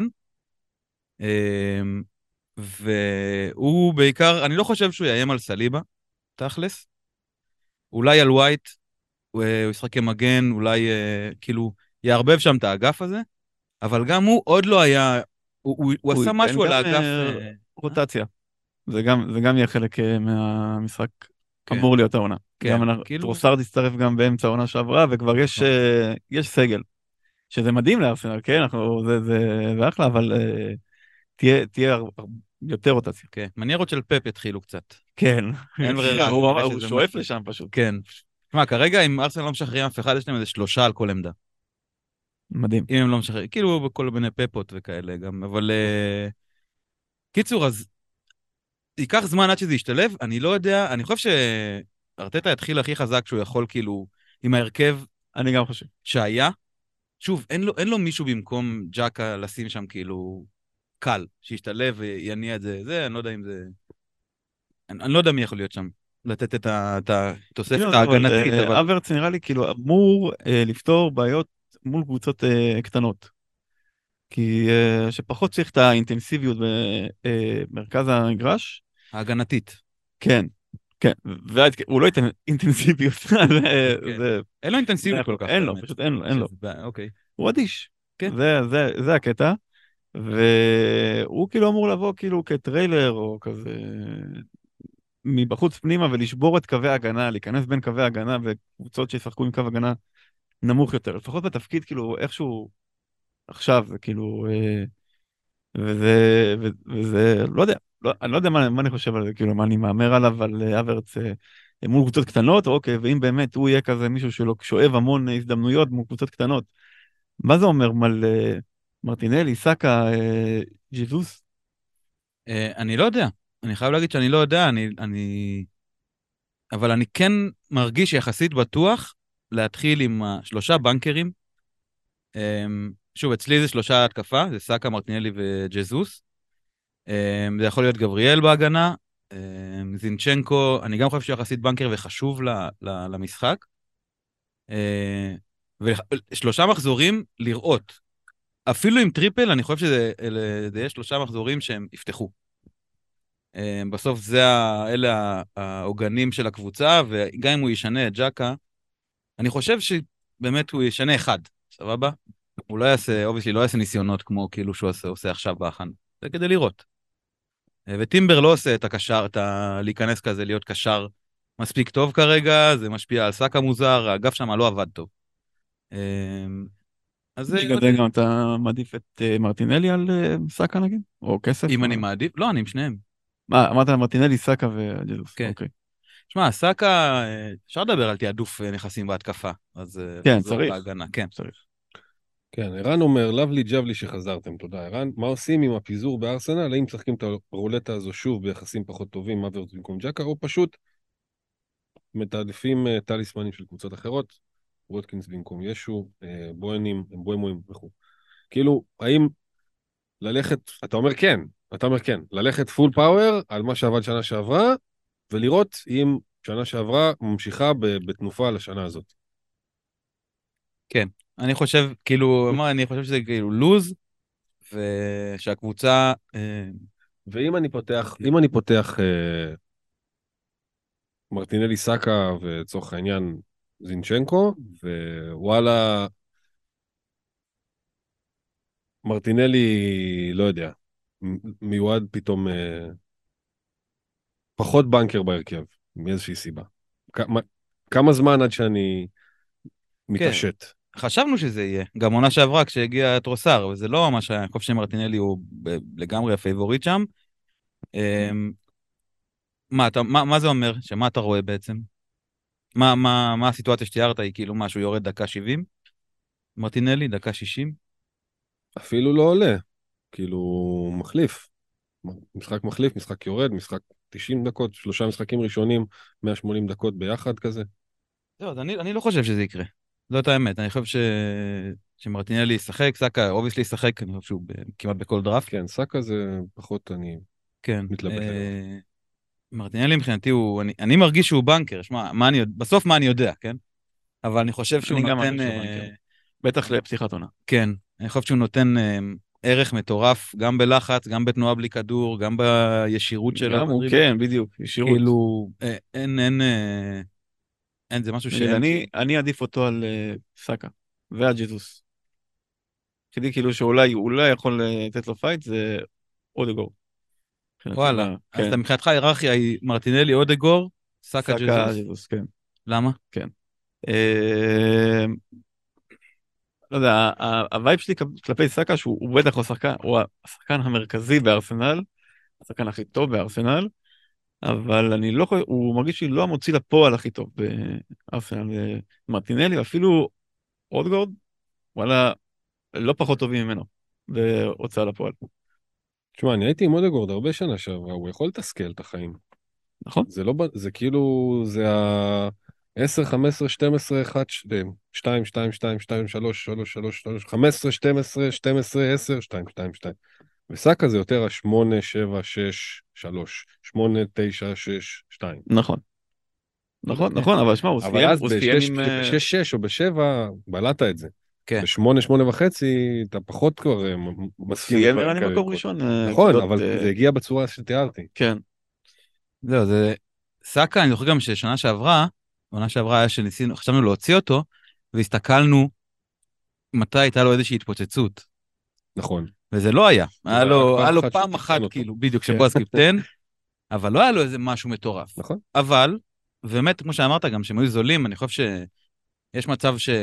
והוא בעיקר, אני לא חושב שהוא יאיים על סליבה, תכלס. אולי על ווייט, הוא ישחק כמגן, אולי כאילו יערבב שם את האגף הזה, אבל גם הוא עוד לא היה, הוא, הוא, הוא עשה משהו על האגף. רוטציה. זה גם, זה גם יהיה חלק מהמשחק, כן. אמור להיות העונה. כן, גם כאילו... טרוסארד הצטרף גם באמצע העונה שעברה, וכבר יש, יש סגל. שזה מדהים לארסנל, כן? אנחנו, זה, זה, זה אחלה, אבל uh, תהיה, תהיה יותר רוטציה. כן, מניירות של פפ התחילו קצת. כן. אין ברירה. הוא שואף לשם פשוט. כן. תשמע, כרגע אם ארסנל לא משחררים אף אחד, יש להם איזה שלושה על כל עמדה. מדהים. אם הם לא משחררים, כאילו בכל מיני פפות וכאלה גם, אבל... קיצור, אז ייקח זמן עד שזה ישתלב, אני לא יודע, אני חושב שארטטה יתחיל הכי חזק שהוא יכול כאילו, עם ההרכב... אני גם חושב. שהיה. שוב, אין לו, אין לו מישהו במקום ג'קה לשים שם כאילו קל, שישתלב ויניע את זה, זה, אני לא יודע אם זה... אני, אני לא יודע מי יכול להיות שם, לתת את, ה, את התוספת ההגנתית, אבל... אברץ נראה לי כאילו אמור אה, לפתור בעיות מול קבוצות אה, קטנות. כי אה, שפחות צריך את האינטנסיביות במרכז המגרש. ההגנתית. כן, כן, והוא לא ייתן אינטנסיביות. אין לו אינטנסיביות כל כך. אין לו, פשוט אין לו, אין לו. אוקיי. הוא אדיש. זה הקטע. והוא כאילו אמור לבוא כאילו כטריילר או כזה מבחוץ פנימה ולשבור את קווי ההגנה, להיכנס בין קווי ההגנה וקבוצות שישחקו עם קו הגנה נמוך יותר. לפחות בתפקיד כאילו איכשהו עכשיו, כאילו, וזה, וזה, לא יודע, לא, אני לא יודע מה, מה אני חושב על זה, כאילו, מה אני מאמר עליו, על אברץ מול קבוצות קטנות, אוקיי, ואם באמת הוא יהיה כזה מישהו שלו שואב המון הזדמנויות מול קבוצות קטנות, מה זה אומר על מרטינלי, סאקה, ג'זוס? אני לא יודע, אני חייב להגיד שאני לא יודע, אני, אני... אבל אני כן מרגיש יחסית בטוח להתחיל עם שלושה בנקרים, שוב, אצלי זה שלושה התקפה, זה סאקה, מרטינלי וג'זוס. זה יכול להיות גבריאל בהגנה, זינצ'נקו, אני גם חושב שיחסית בנקר וחשוב למשחק. ושלושה מחזורים לראות. אפילו עם טריפל, אני חושב שזה יהיה שלושה מחזורים שהם יפתחו. בסוף זה, אלה העוגנים של הקבוצה, וגם אם הוא ישנה את ג'קה, אני חושב שבאמת הוא ישנה אחד, סבבה? הוא לא יעשה, אובייסלי, לא יעשה ניסיונות כמו כאילו שהוא עושה, עושה עכשיו באחן. זה כדי לראות. וטימבר לא עושה את הקשר, את ה... להיכנס כזה, להיות קשר מספיק טוב כרגע, זה משפיע על סאקה מוזר, האגף שם לא עבד טוב. אז זה... בגלל זה גם אתה מעדיף את מרטינלי על סאקה נגיד? או כסף? אם אני מעדיף? לא, אני עם שניהם. מה, אמרת מרטינלי, סאקה וג'זוס. כן. שמע, סאקה, אפשר לדבר על תיעדוף נכסים בהתקפה. אז... כן, צריך. כן, צריך. כן, ערן אומר, לבלי ג'בלי שחזרתם, תודה ערן. מה עושים עם הפיזור בארסנל? האם משחקים את הרולטה הזו שוב ביחסים פחות טובים, מאברץ במקום ג'קה, או פשוט מתעדפים טליסמנים של קבוצות אחרות, ווטקינס במקום ישו, בוינים, בוימוים וכו'. כאילו, האם ללכת, אתה אומר כן, אתה אומר כן, ללכת פול פאוור על מה שעבד שנה שעברה, ולראות אם שנה שעברה ממשיכה בתנופה לשנה הזאת. כן. אני חושב, כאילו, מה, אני חושב שזה כאילו לוז, ושהקבוצה... ואם אני פותח, אם אני פותח מרטינלי סאקה, וצורך העניין זינצ'נקו, ווואלה, מרטינלי, לא יודע, מיועד פתאום פחות בנקר בהרכב, מאיזושהי סיבה. כמה זמן עד שאני מתעשת? חשבנו שזה יהיה, גם עונה שעברה כשהגיע טרוסר, וזה לא ממש, אני חושב שמרטינלי הוא לגמרי הפייבוריט שם. מה, אתה, מה, מה זה אומר? שמה אתה רואה בעצם? מה, מה, מה הסיטואציה שתיארת היא כאילו משהו יורד דקה שבעים? מרטינלי, דקה שישים? אפילו לא עולה, כאילו מחליף. משחק מחליף, משחק יורד, משחק תשעים דקות, שלושה משחקים ראשונים, מאה ושמונים דקות ביחד כזה. לא, אז אני, אני לא חושב שזה יקרה. זאת האמת, אני חושב ש... שמרטינלי ישחק, סאקה אובייסלי ישחק, אני חושב שהוא ב... כמעט בכל דראפט. כן, סאקה זה פחות אני כן. מתלבט עליו. אה... מרטינלי מבחינתי הוא, אני, אני מרגיש שהוא בנקר, שמה, מה אני, בסוף מה אני יודע, כן? אבל אני חושב שהוא אני נותן... אה... בטח לפתיחת עונה. כן, אני חושב שהוא נותן אה, ערך מטורף, גם בלחץ, גם בתנועה בלי כדור, גם בישירות שלו. גם הוא, כן, בדיוק, ישירות. כאילו, אה, אין, אין, אה, אין, זה משהו שאין. אני, אני עדיף אותו על uh, סאקה, ועל ג'זוס. כדי כאילו שאולי, אולי יכול לתת לו פייט, זה אודגור. וואלה, אז אתה מבחינתך ההיררכיה היא מרטינלי, אודגור, סאקה, ג'זוס. כן. למה? כן. לא יודע, הווייב שלי כלפי סאקה, שהוא בטח לא שחקן, הוא השחקן המרכזי בארסנל, השחקן הכי טוב בארסנל, אבל אני לא חושב, הוא מרגיש לי לא המוציא לפועל הכי טוב בארסנל. מרטינלי, אפילו אודגורד, וואלה, לא פחות טובים ממנו בהוצאה לפועל. תשמע, אני הייתי עם אודגורד הרבה שנה שעברה, הוא יכול לתסכל את החיים. נכון. זה לא, זה כאילו, זה ה... עשר, חמש עשרה, שתים עשרה, אחת, שתיים, שתיים, שתיים, שתיים, שלוש, שלוש, שלוש, שלוש, חמש עשרה, שתים עשרה, שתים עשרה, עשר, שתיים, שתיים, שתיים. וסאקה זה יותר ה-שמונה, שבע, שש, שלוש, שמונה, תשע, שש, שתיים. נכון. נכון, נכון, אבל שמע, הוא סיים עם... אבל אז ב-שש שש או ב-שבע, בלעת את זה. כן. ב-שמונה, שמונה וחצי, אתה פחות כבר מסכים. סיים נראה לי מקום ראשון. נכון, אבל זה הגיע בצורה שתיארתי. כן. זהו, זה... סאקה, אני זוכר גם ששנה שעברה, עונה שעברה היה שניסינו, חשבנו להוציא אותו, והסתכלנו מתי הייתה לו איזושהי התפוצצות. נכון. וזה לא היה. היה לו, היה לו פעם אחת, כאילו, בדיוק, שבו הסקיפטן, אבל לא היה לו איזה משהו מטורף. נכון. אבל, באמת, כמו שאמרת גם, שהם היו זולים, אני חושב שיש מצב ש...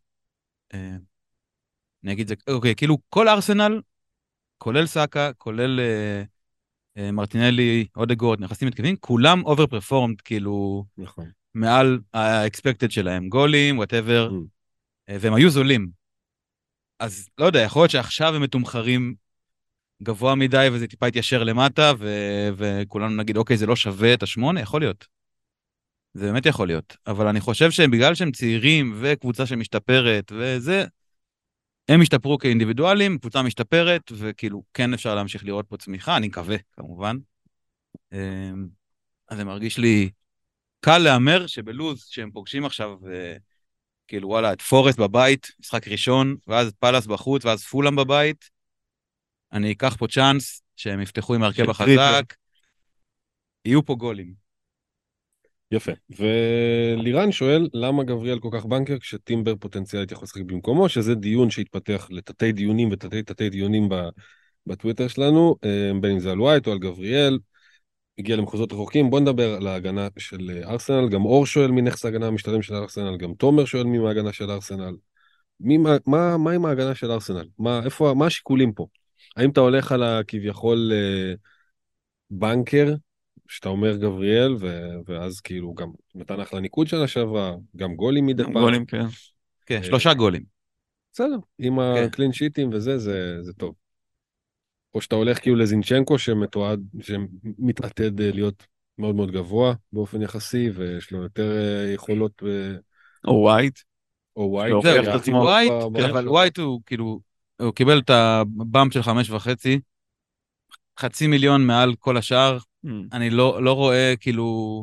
אני אגיד זה, אוקיי, כאילו, כל ארסנל, כולל סאקה, כולל אה, מרטינלי, אודגורד, נכנסים מתקווים, כולם אובר פרפורמד, כאילו, נכון. מעל ה-expected שלהם, גולים, whatever, והם היו זולים. אז לא יודע, יכול להיות שעכשיו הם מתומחרים גבוה מדי, וזה טיפה יתיישר למטה, ו- וכולנו נגיד, אוקיי, זה לא שווה את השמונה, יכול להיות. זה באמת יכול להיות. אבל אני חושב שהם, בגלל שהם צעירים, וקבוצה שמשתפרת, וזה, הם השתפרו כאינדיבידואלים, קבוצה משתפרת, וכאילו, כן אפשר להמשיך לראות פה צמיחה, אני מקווה, כמובן. אז זה מרגיש לי קל לאמר שבלוז, שהם פוגשים עכשיו, כאילו, וואלה, את פורסט בבית, משחק ראשון, ואז פלס בחוץ, ואז פולאם בבית, אני אקח פה צ'אנס, שהם יפתחו עם הרכב החזק, יהיו פה גולים. יפה. ולירן שואל, למה גבריאל כל כך בנקר, כשטימבר פוטנציאלית יכול לשחק במקומו, שזה דיון שהתפתח לתתי דיונים ותתי תתי דיונים בטוויטר שלנו, בין אם זה על ווייט או על גבריאל, הגיע למחוזות רחוקים. בוא נדבר על ההגנה של ארסנל, גם אור שואל מי נכס ההגנה המשתלם של ארסנל, גם תומר שואל מי מההגנה של ארסנל. מי, מה, מה, מה עם ההגנה של ארסנל? מה, איפה, מה השיקולים פה? האם אתה הולך על הכביכול אה, בנקר, שאתה אומר גבריאל, ו, ואז כאילו גם נתן אחלה ניקוד שנה שעברה, גם גולים מדי פעם. גולים, כן. כן, שלושה גולים. בסדר, עם הקלין שיטים וזה, זה, זה טוב. או שאתה הולך כאילו לזינצ'נקו, שמתועד, שמתעתד להיות מאוד מאוד גבוה באופן יחסי, ויש לו יותר יכולות. או ווייט. או ווייט. זהו, ווייט, אבל ווייט הוא כאילו, הוא קיבל את הבאמפ של חמש וחצי, חצי מיליון מעל כל השאר, אני לא רואה כאילו,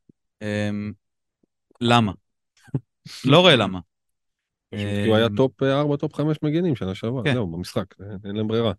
למה? לא רואה למה. כי הוא היה טופ ארבע, טופ חמש מגנים שנה שעברה, זהו, במשחק, אין להם ברירה.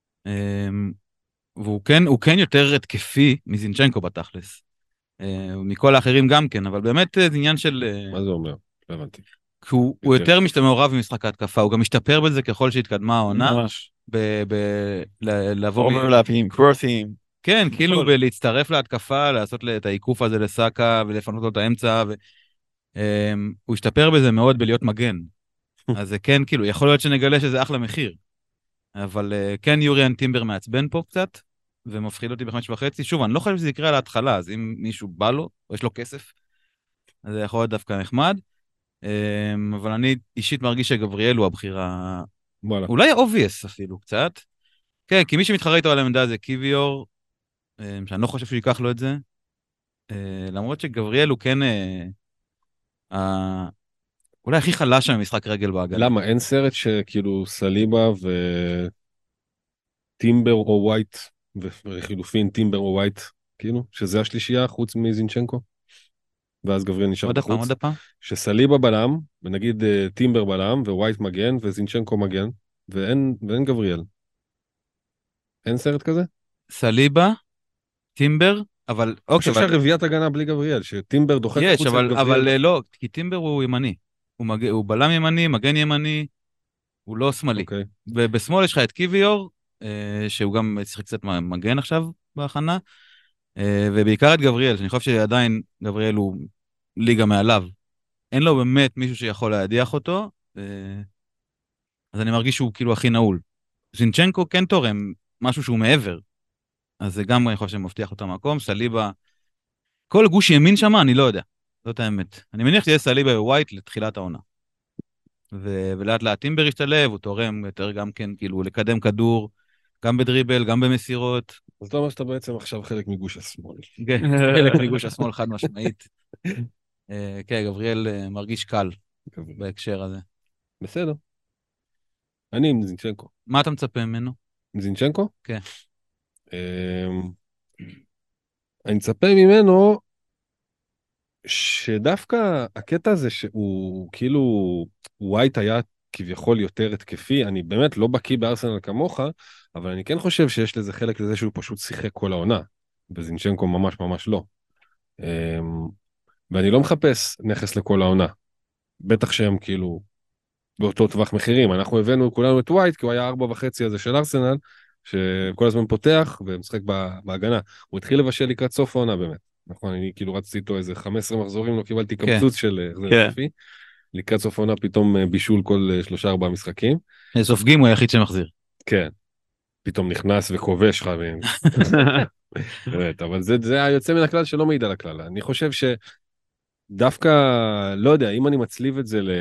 והוא כן, הוא כן יותר התקפי מזינצ'נקו בתכלס. מכל האחרים גם כן, אבל באמת זה עניין של... מה זה אומר? לא הבנתי. הוא יותר מעורב במשחק ההתקפה, הוא גם משתפר בזה ככל שהתקדמה העונה. ממש. לעבור... אוברלאפים, קרוסים. כן, כאילו להצטרף להתקפה, לעשות את העיקוף הזה לסאקה ולפנות לו את האמצע, הוא השתפר בזה מאוד בלהיות מגן. אז זה כן, כאילו, יכול להיות שנגלה שזה אחלה מחיר. אבל כן, יוריאן טימבר מעצבן פה קצת, ומפחיד אותי בחמש וחצי. שוב, אני לא חושב שזה יקרה על ההתחלה, אז אם מישהו בא לו, או יש לו כסף, אז זה יכול להיות דווקא נחמד. אבל אני אישית מרגיש שגבריאל הוא הבחירה... אולי אובייס אפילו, קצת. כן, כי מי שמתחרה איתו על העמדה זה קיוויור, שאני לא חושב שהוא ייקח לו את זה. למרות שגבריאל הוא כן... אולי הכי חלש שם במשחק רגל בהגנה. למה? אין סרט שכאילו סליבה וטימבר או ווייט, וחילופין טימבר או ווייט, כאילו, שזה השלישייה חוץ מזינצ'נקו? ואז גבריאל נשאר בחוץ. עוד הפעם, עוד הפעם. שסליבה בלם, ונגיד טימבר בלם, ווייט מגן, וזינצ'נקו מגן, ואין, ואין גבריאל. אין סרט כזה? סליבה, טימבר, אבל אני אוקיי, חושב אבל שהרביעיית הגנה בלי גבריאל, שטימבר דוחק יש, החוצה את אבל, אבל גבריאל. אה, לא, כי טימבר הוא ימני. הוא, מג... הוא בלם ימני, מגן ימני, הוא לא שמאלי. אוקיי. ובשמאל יש לך את קיוויור, אה, שהוא גם צריך קצת מגן עכשיו בהכנה, אה, ובעיקר את גבריאל, שאני חושב שעדיין גבריאל הוא ליגה מעליו. אין לו באמת מישהו שיכול להדיח אותו, אה, אז אני מרגיש שהוא כאילו הכי נעול. זינצ'נקו כן תורם משהו שהוא מעבר, אז זה גם אני חושב שמבטיח אותו מקום. סליבה, כל גוש ימין שם, אני לא יודע, זאת האמת. אני מניח שיהיה סליבה ווייט לתחילת העונה. ו- ולאט לאט טימבר ישתלב, הוא תורם יותר גם כן, כאילו, לקדם כדור, גם בדריבל, גם במסירות. אז אתה אומר שאתה בעצם עכשיו חלק מגוש השמאל. כן, חלק מגוש השמאל חד משמעית. אה, כן, גבריאל אה, מרגיש קל גבריאל. בהקשר הזה. בסדר. אני עם זינצ'נקו. מה אתה מצפה ממנו? עם זינצ'נקו? כן. אמ, אני מצפה ממנו שדווקא הקטע הזה שהוא כאילו, ווייט היה כביכול יותר התקפי, אני באמת לא בקיא בארסנל כמוך, אבל אני כן חושב שיש לזה חלק לזה שהוא פשוט שיחק כל העונה, וזינצ'נקו ממש ממש לא. אמ, ואני לא מחפש נכס לכל העונה, בטח שהם כאילו באותו טווח מחירים. אנחנו הבאנו כולנו את ווייט, כי הוא היה ארבע וחצי הזה של ארסנל, שכל הזמן פותח ומשחק בהגנה. הוא התחיל לבשל לקראת סוף העונה באמת. נכון, אני כאילו רצתי איתו איזה חמישה עשר מחזורים, לא קיבלתי כן. קמצוץ של החזר כן. כספי. לקראת סוף העונה פתאום אה, בישול כל אה, שלושה ארבעה משחקים. סופגים הוא היחיד שמחזיר. כן. פתאום נכנס וכובש חברים. באמת, אבל זה, זה היוצא מן הכלל שלא מעיד על הכלל. אני חושב שדווקא, לא יודע, אם אני מצליב את זה ל...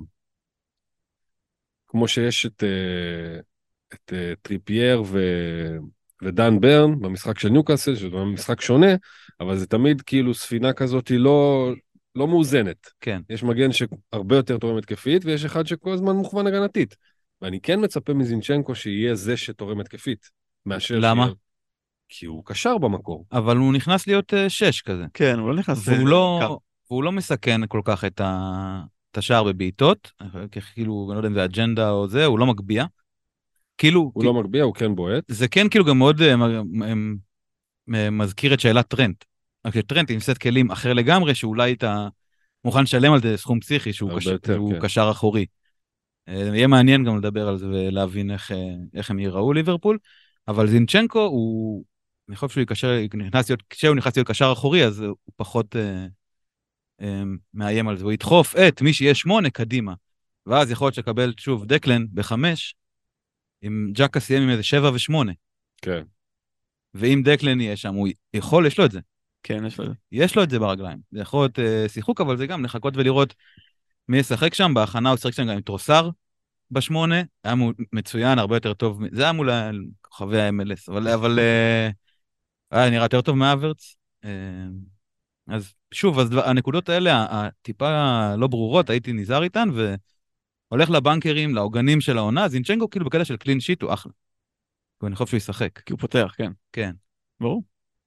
כמו שיש את, אה, את אה, טריפייר ו... ודן ברן במשחק של ניוקאסל, שזה משחק שונה, אבל זה תמיד כאילו ספינה כזאת היא לא, לא מאוזנת. כן. יש מגן שהרבה יותר תורם התקפית, ויש אחד שכל הזמן מוכוון הגנתית. ואני כן מצפה מזינצ'נקו שיהיה זה שתורם התקפית. מאשר למה? שיהיה... כי הוא קשר במקור. אבל הוא נכנס להיות uh, שש כזה. כן, הוא לא נכנס... והוא לא, והוא לא מסכן כל כך את, ה... את השער בבעיטות, כאילו, אני לא יודע אם זה אג'נדה או זה, הוא לא מגביע. כאילו... הוא לא מגביע, הוא כן בועט. זה כן כאילו גם מאוד uh, מ- מ- מזכיר את שאלת טרנט. רק שטרנט עם סט כלים אחר לגמרי, שאולי אתה מוכן לשלם על זה סכום פסיכי, שהוא, הרבה קש... יותר, שהוא כן. קשר אחורי. Uh, יהיה מעניין גם לדבר על זה ולהבין איך, uh, איך הם ייראו ליברפול, אבל זינצ'נקו הוא... אני חושב שהוא יקשר, נכנס להיות, כשהוא נכנס להיות קשר אחורי, אז הוא פחות אה, אה, מאיים על זה. הוא ידחוף את מי שיהיה שמונה קדימה, ואז יכול להיות שקבל שוב דקלן בחמש, עם ג'קה סיים עם איזה שבע ושמונה. כן. ואם דקלן יהיה שם, הוא יכול, יש לו את זה. כן, יש לו את זה. יש לו את זה ברגליים. זה יכול להיות אה, שיחוק, אבל זה גם לחכות ולראות מי ישחק שם. בהכנה הוא שחק שם גם עם טרוסר בשמונה, היה מצוין, הרבה יותר טוב. זה היה מול כוכבי ה-אם אל אס, אבל... אבל אה, היה נראה יותר טוב מהאברץ. אז שוב, אז הנקודות האלה, הטיפה לא ברורות, הייתי נזהר איתן, והולך לבנקרים, לעוגנים של העונה, זינצ'נקו כאילו בקטע של קלין שיט הוא אחלה. ואני חושב שהוא ישחק. כי הוא פותח, כן. כן. ברור.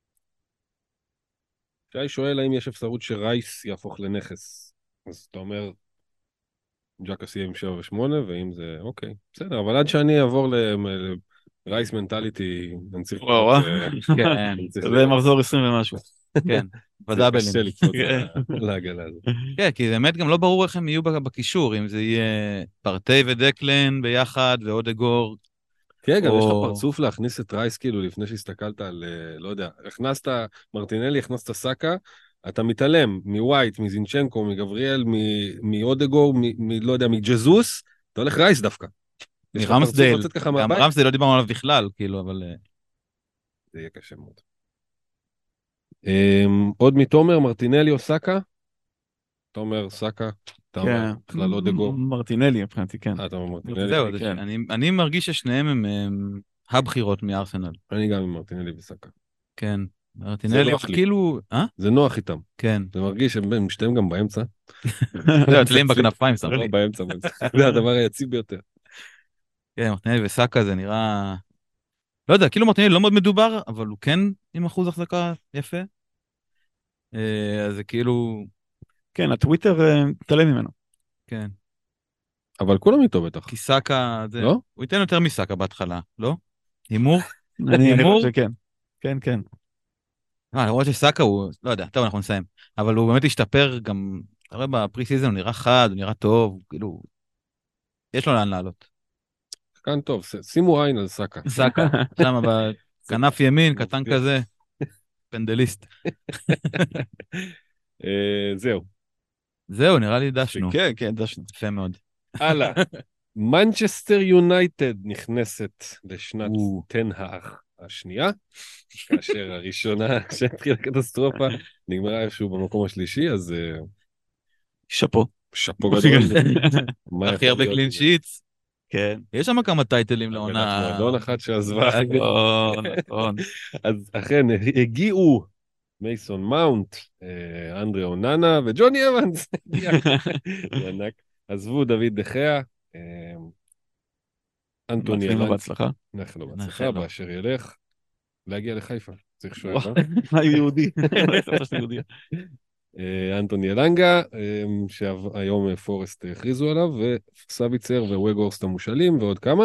שי שואל האם יש אפשרות שרייס יהפוך לנכס. אז אתה אומר, ג'קה סיים עם שבע ושמונה, ואם זה, אוקיי, בסדר, אבל עד שאני אעבור לרייס מנטליטי, אני צריך... וואו, כן. זה מחזור עשרים ומשהו. כן, בדאבלים. זה קשה לקפוץ לעגלה הזאת. כן, כי באמת גם לא ברור איך הם יהיו בקישור, אם זה יהיה פרטי ודקלן ביחד, ואודגור. כן, גם יש לך פרצוף להכניס את רייס, כאילו, לפני שהסתכלת על, לא יודע, הכנסת מרטינלי, הכנסת סאקה, אתה מתעלם מווייט, מזינצ'נקו, מגבריאל, מאודגור, לא יודע, מג'זוס, אתה הולך רייס דווקא. מרמסדייל, גם רמסדייל לא דיברנו עליו בכלל, כאילו, אבל... זה יהיה קשה מאוד. עוד מתומר, מרטינלי או סאקה? תומר, סאקה, אתה אומר, בכלל אודגור. מרטינלי, מבחינתי, כן. אתה אומר מרטינלי. זהו, אני מרגיש ששניהם הם הבחירות מארסנל. אני גם עם מרטינלי וסאקה. כן. מרטינלי, כאילו... זה נוח איתם. כן. זה מרגיש שהם משתיים גם באמצע. זה אצלם בכנפיים, סמכי. לא באמצע, זה הדבר היציב ביותר. כן, מרטינלי וסאקה זה נראה... לא יודע, כאילו מרטינלי לא מאוד מדובר, אבל הוא כן עם אחוז החזקה יפה. אז זה כאילו... כן, הטוויטר תעלם ממנו. כן. אבל כולם איתו בטח. כי סאקה, זה... לא? הוא ייתן יותר מסאקה בהתחלה, לא? הימור? אני אני הימור? חושב שכן. כן, כן. אה, למרות שסאקה הוא, לא יודע, טוב, אנחנו נסיים. אבל הוא באמת השתפר גם, אתה רואה בפרי סיזן, הוא נראה חד, הוא נראה טוב, כאילו, יש לו לאן לעלות. כאן טוב, ש- שימו עין על סאקה. סאקה, שם בכנף ימין, קטן כזה, פנדליסט. אה, זהו. זהו, נראה לי דשנו. כן, כן, דשנו. יפה מאוד. הלאה. מנצ'סטר יונייטד נכנסת לשנת או. תן האח השנייה, כאשר הראשונה שהתחילה הקטסטרופה נגמרה איפשהו במקום השלישי, אז אה, שאפו. שאפו גדול. מה הכי יכול הרבה להיות קלין מזה? שיטס. כן. יש שם כמה טייטלים הגנת לעונה. מועדון אחת שעזבה. נכון, נכון. אז אכן הגיעו מייסון מאונט, אה, אנדרי אוננה וג'וני אבנס. זה ענק. עזבו דוד דחיה, אה, אנטוני מאחלים לו אלן. בהצלחה. נאחל לו נאחל בהצלחה לו. באשר ילך. להגיע לחיפה. צריך שוער, וואו, לא? מה הוא יהודי? לא חשבתי שהוא יהודי. אה, אנטוני אלנגה, אה, שהיום פורסט הכריזו עליו, וסביצר וווגורסט המושאלים ועוד כמה.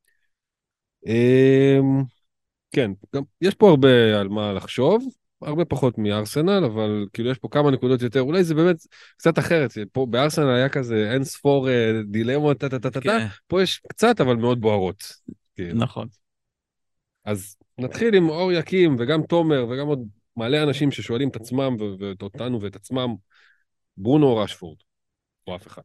אה, כן, גם, יש פה הרבה על מה לחשוב, הרבה פחות מארסנל, אבל כאילו יש פה כמה נקודות יותר, אולי זה באמת קצת אחרת, פה בארסנל היה כזה אין ספור אה, דילמות, טה, טה, טה, טה, טה. כן. פה יש קצת אבל מאוד בוערות. כאילו. נכון. אז נתחיל עם אור יקים וגם תומר וגם עוד מלא אנשים ששואלים את עצמם ו- ואת אותנו ואת עצמם, ברונו או רשפורד, או אף אחד.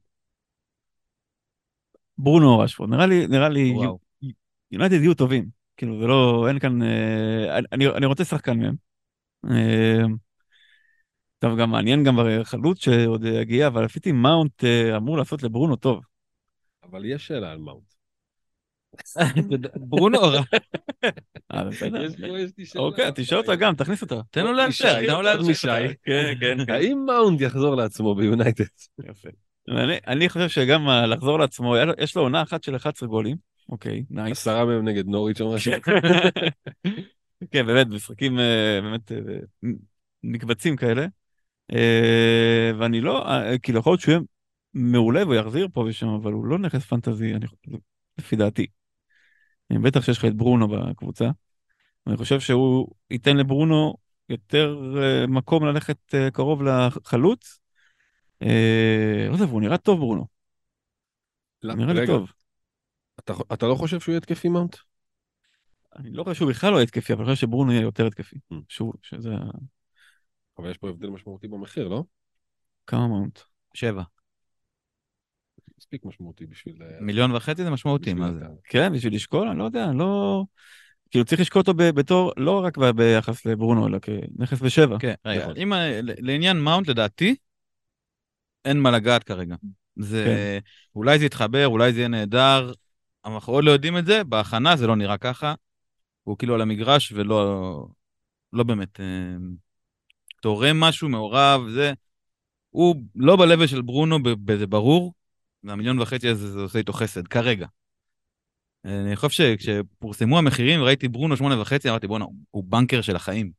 ברונו רשפורד. נראה לי, נראה לי, וואו. יונייטד יהיו טובים. כאילו, זה לא, אין כאן, אה, אני, אני רוצה שחקן מהם. אה, טוב, גם מעניין גם חלוץ שעוד יגיע, אבל לפי מאונט אה, אמור לעשות לברונו טוב. אבל יש שאלה על מאונט. ברונו, אה, בסדר. יש פה, יש לי שאלה. אוקיי, תשאל אותה גם, תכניס אותה. תן לו לאשר, תן לו לאשר. משי. כן, כן, כן. האם מאונט יחזור לעצמו ביונייטד? יפה. אני, אני חושב שגם אה, לחזור לעצמו, היה לו- יש לו עונה אחת של אחד עשר גולים. אוקיי, נייס. עשרה מהם נגד נוריץ' או משהו. כן, באמת, משחקים אה, באמת אה, נקבצים כאלה. אה, ואני לא, אה, כאילו, יכול להיות שהוא יהיה מעולה והוא יחזיר פה ושם, אבל הוא לא נכס פנטזי, אני חושב, לפי דעתי. אני בטח שיש לך את ברונו בקבוצה. אני חושב שהוא ייתן לברונו יותר אה, מקום ללכת אה, קרוב לחלוץ. אה, לא יודע, והוא נראה טוב, ברונו. לא, נראה לי רגע, טוב. אתה, אתה לא חושב שהוא יהיה התקפי מאונט? אני לא חושב שהוא בכלל לא יהיה התקפי, אבל אני חושב שברונו יהיה יותר התקפי. Mm. שהוא, שזה אבל יש פה הבדל משמעותי במחיר, לא? כמה מאונט. שבע. מספיק משמעותי בשביל... אה, מיליון וחצי זה משמעותי, בשביל מה זה? הטעם. כן, בשביל לשקול, אני לא יודע, אני לא... כאילו צריך לשקול אותו ב- בתור, לא רק ב- ביחס לברונו, אלא כנכס בשבע. כן, רגע, נכון. אם ה- ל- לעניין מאונט לדעתי, אין מה לגעת כרגע. זה, אולי זה יתחבר, אולי זה יהיה נהדר, אבל אנחנו עוד לא יודעים את זה, בהכנה זה לא נראה ככה, הוא כאילו על המגרש ולא לא באמת אה, תורם משהו, מעורב, זה, הוא לא בלבל של ברונו, ב- זה ברור, והמיליון וחצי הזה זה עושה איתו חסד, כרגע. אני חושב שכשפורסמו המחירים, ראיתי ברונו שמונה וחצי, אמרתי בוא'נה, הוא בנקר של החיים.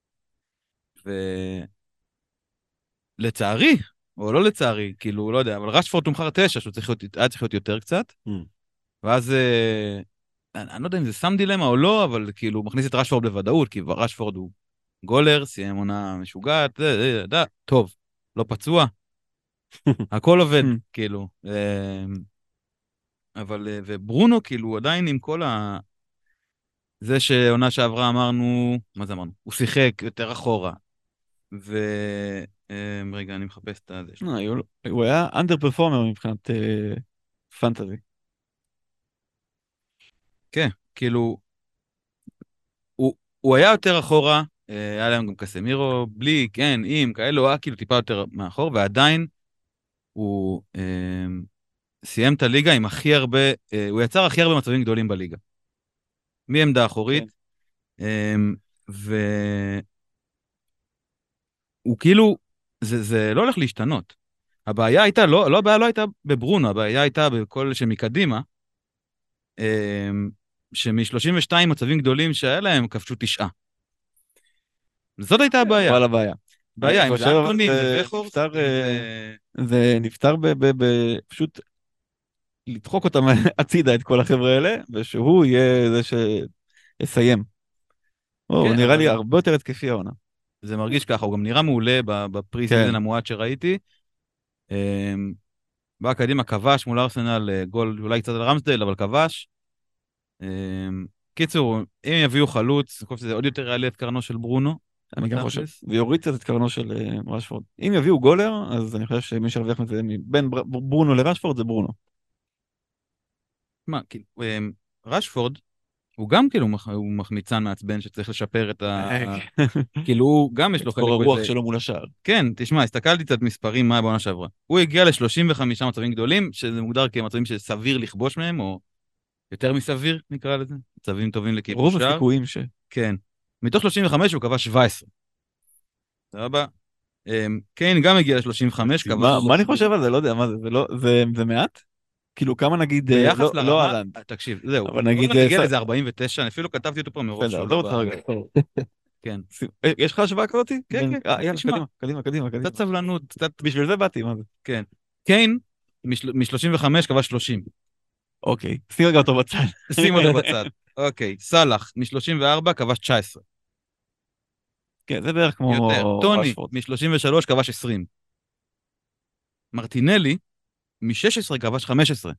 ולצערי, או לא לצערי, כאילו, לא יודע, אבל רשפורד תומחר תשע, שהוא צריך להיות, היה צריך להיות יותר קצת, Mm. ואז, אה, אני, אני לא יודע אם זה שם דילמה או לא, אבל כאילו, הוא מכניס את רשפורד בוודאות, כי רשפורד הוא גולר, סיים עונה משוגעת, זה, זה, זה, טוב, לא פצוע, הכל עובד, כאילו. אה, אבל, אה, וברונו, כאילו, עדיין עם כל ה... זה שעונה שעברה אמרנו, מה זה אמרנו? הוא שיחק יותר אחורה. ו... אמ, רגע, אני מחפש את זה. לא, הוא- הוא היה אנדר פרפורמר מבחינת אה, פנטזי. כן, כאילו, הוא, הוא היה יותר אחורה, אה, היה להם גם קסמירו, בלי, כן, עם, כאלו, הוא היה כאילו טיפה יותר מאחור, ועדיין הוא אמ, סיים את הליגה עם הכי הרבה, אה, הוא יצר הכי הרבה מצבים גדולים בליגה. מעמדה אחורית, אמ, והוא כאילו, זה, זה לא הולך להשתנות. הבעיה הייתה, לא, לא הבעיה לא הייתה בברונו, הבעיה הייתה בכל שמקדימה, אמ, שמ-שלושים ושתיים מצבים גדולים שהיה להם, כבשו תשעה. זאת הייתה הבעיה. וואלה בעיה. בעיה, אני אם זה חושב, אנטוני, אם אה, זה וחורסט, נפטר, אם זה... זה נפטר ב... ב- ב- פשוט לדחוק אותם הצידה את כל החבר'ה האלה, ושהוא יהיה זה שיסיים. הוא כן, נראה אבל לי זה- הרבה יותר התקפי העונה. זה מרגיש ככה, הוא גם נראה מעולה ב- בפרי כן. סיזן המועט שראיתי. אמ, בא קדימה, כבש מול ארסנל, אה, גול אולי קצת על רמסדייל, אבל כבש. אמ, קיצור, אם יביאו חלוץ, אני חושב שזה עוד יותר יעלה את קרנו של ברונו. אני גם בתכלס. חושב, ויוריד קצת את קרנו של אה, רשפורד. אם יביאו גולר, אז אני חושב שמי שירוויח מזה בין בר- ברונו לרשפורד זה ברונו. מה, כאילו, אמ, רשפורד, הוא גם כאילו מח- הוא מחמיצן מעצבן שצריך לשפר את ה... כאילו, הוא גם יש לו את חלק קור הרוח בזה. שלו מול השער. כן, תשמע, הסתכלתי קצת מספרים מה היה בעונה שעברה. הוא הגיע ל-שלושים וחמישה מצבים גדולים, שזה מוגדר כמצבים שסביר לכבוש מהם, או יותר מסביר, נקרא לזה. מצבים טובים לכיבוש רוב שער. הסיכויים ש... כן. מתוך שלושים וחמש הוא כבש שבע עשרה. סבבה? אמ, קיין גם הגיע ל-שלושים וחמש, כבש... מה מה אני חושב על זה? לא יודע, מה זה? זה לא- זה זה מעט? כאילו כמה נגיד, אה, ביחס לא- לא לרמה... אהלנד. אה, תקשיב, זהו. אבל נגיד, אורלנד הגיע אה, לאיזה ארבעים ותשע, אני אפילו כתבתי אותו פה מראש. בסדר, שהוא עזוב לא אותך ב- רגע. כן. אה, יש לך השוואה כזאת? כן, כן. אה, יאללה, תשמע. קדימה, קדימה, קדימה, קדימה. קצת סבלנות, קצת... בשביל זה באתי, מה זה? כן. קיין, מ-שלושים וחמש כבש שלושים. אוקיי, שים רגע אותו בצד. שים אותו בצד. אוקיי. סאלח, מ-שלושים וארבע כבש תשע עשרה. כן, זה בערך כמו יותר. טוני, רשפורד. מ-שלושים ושלוש כבש עשרים. מרטינלי, מ-שש עשרה כבש חמש עשרה.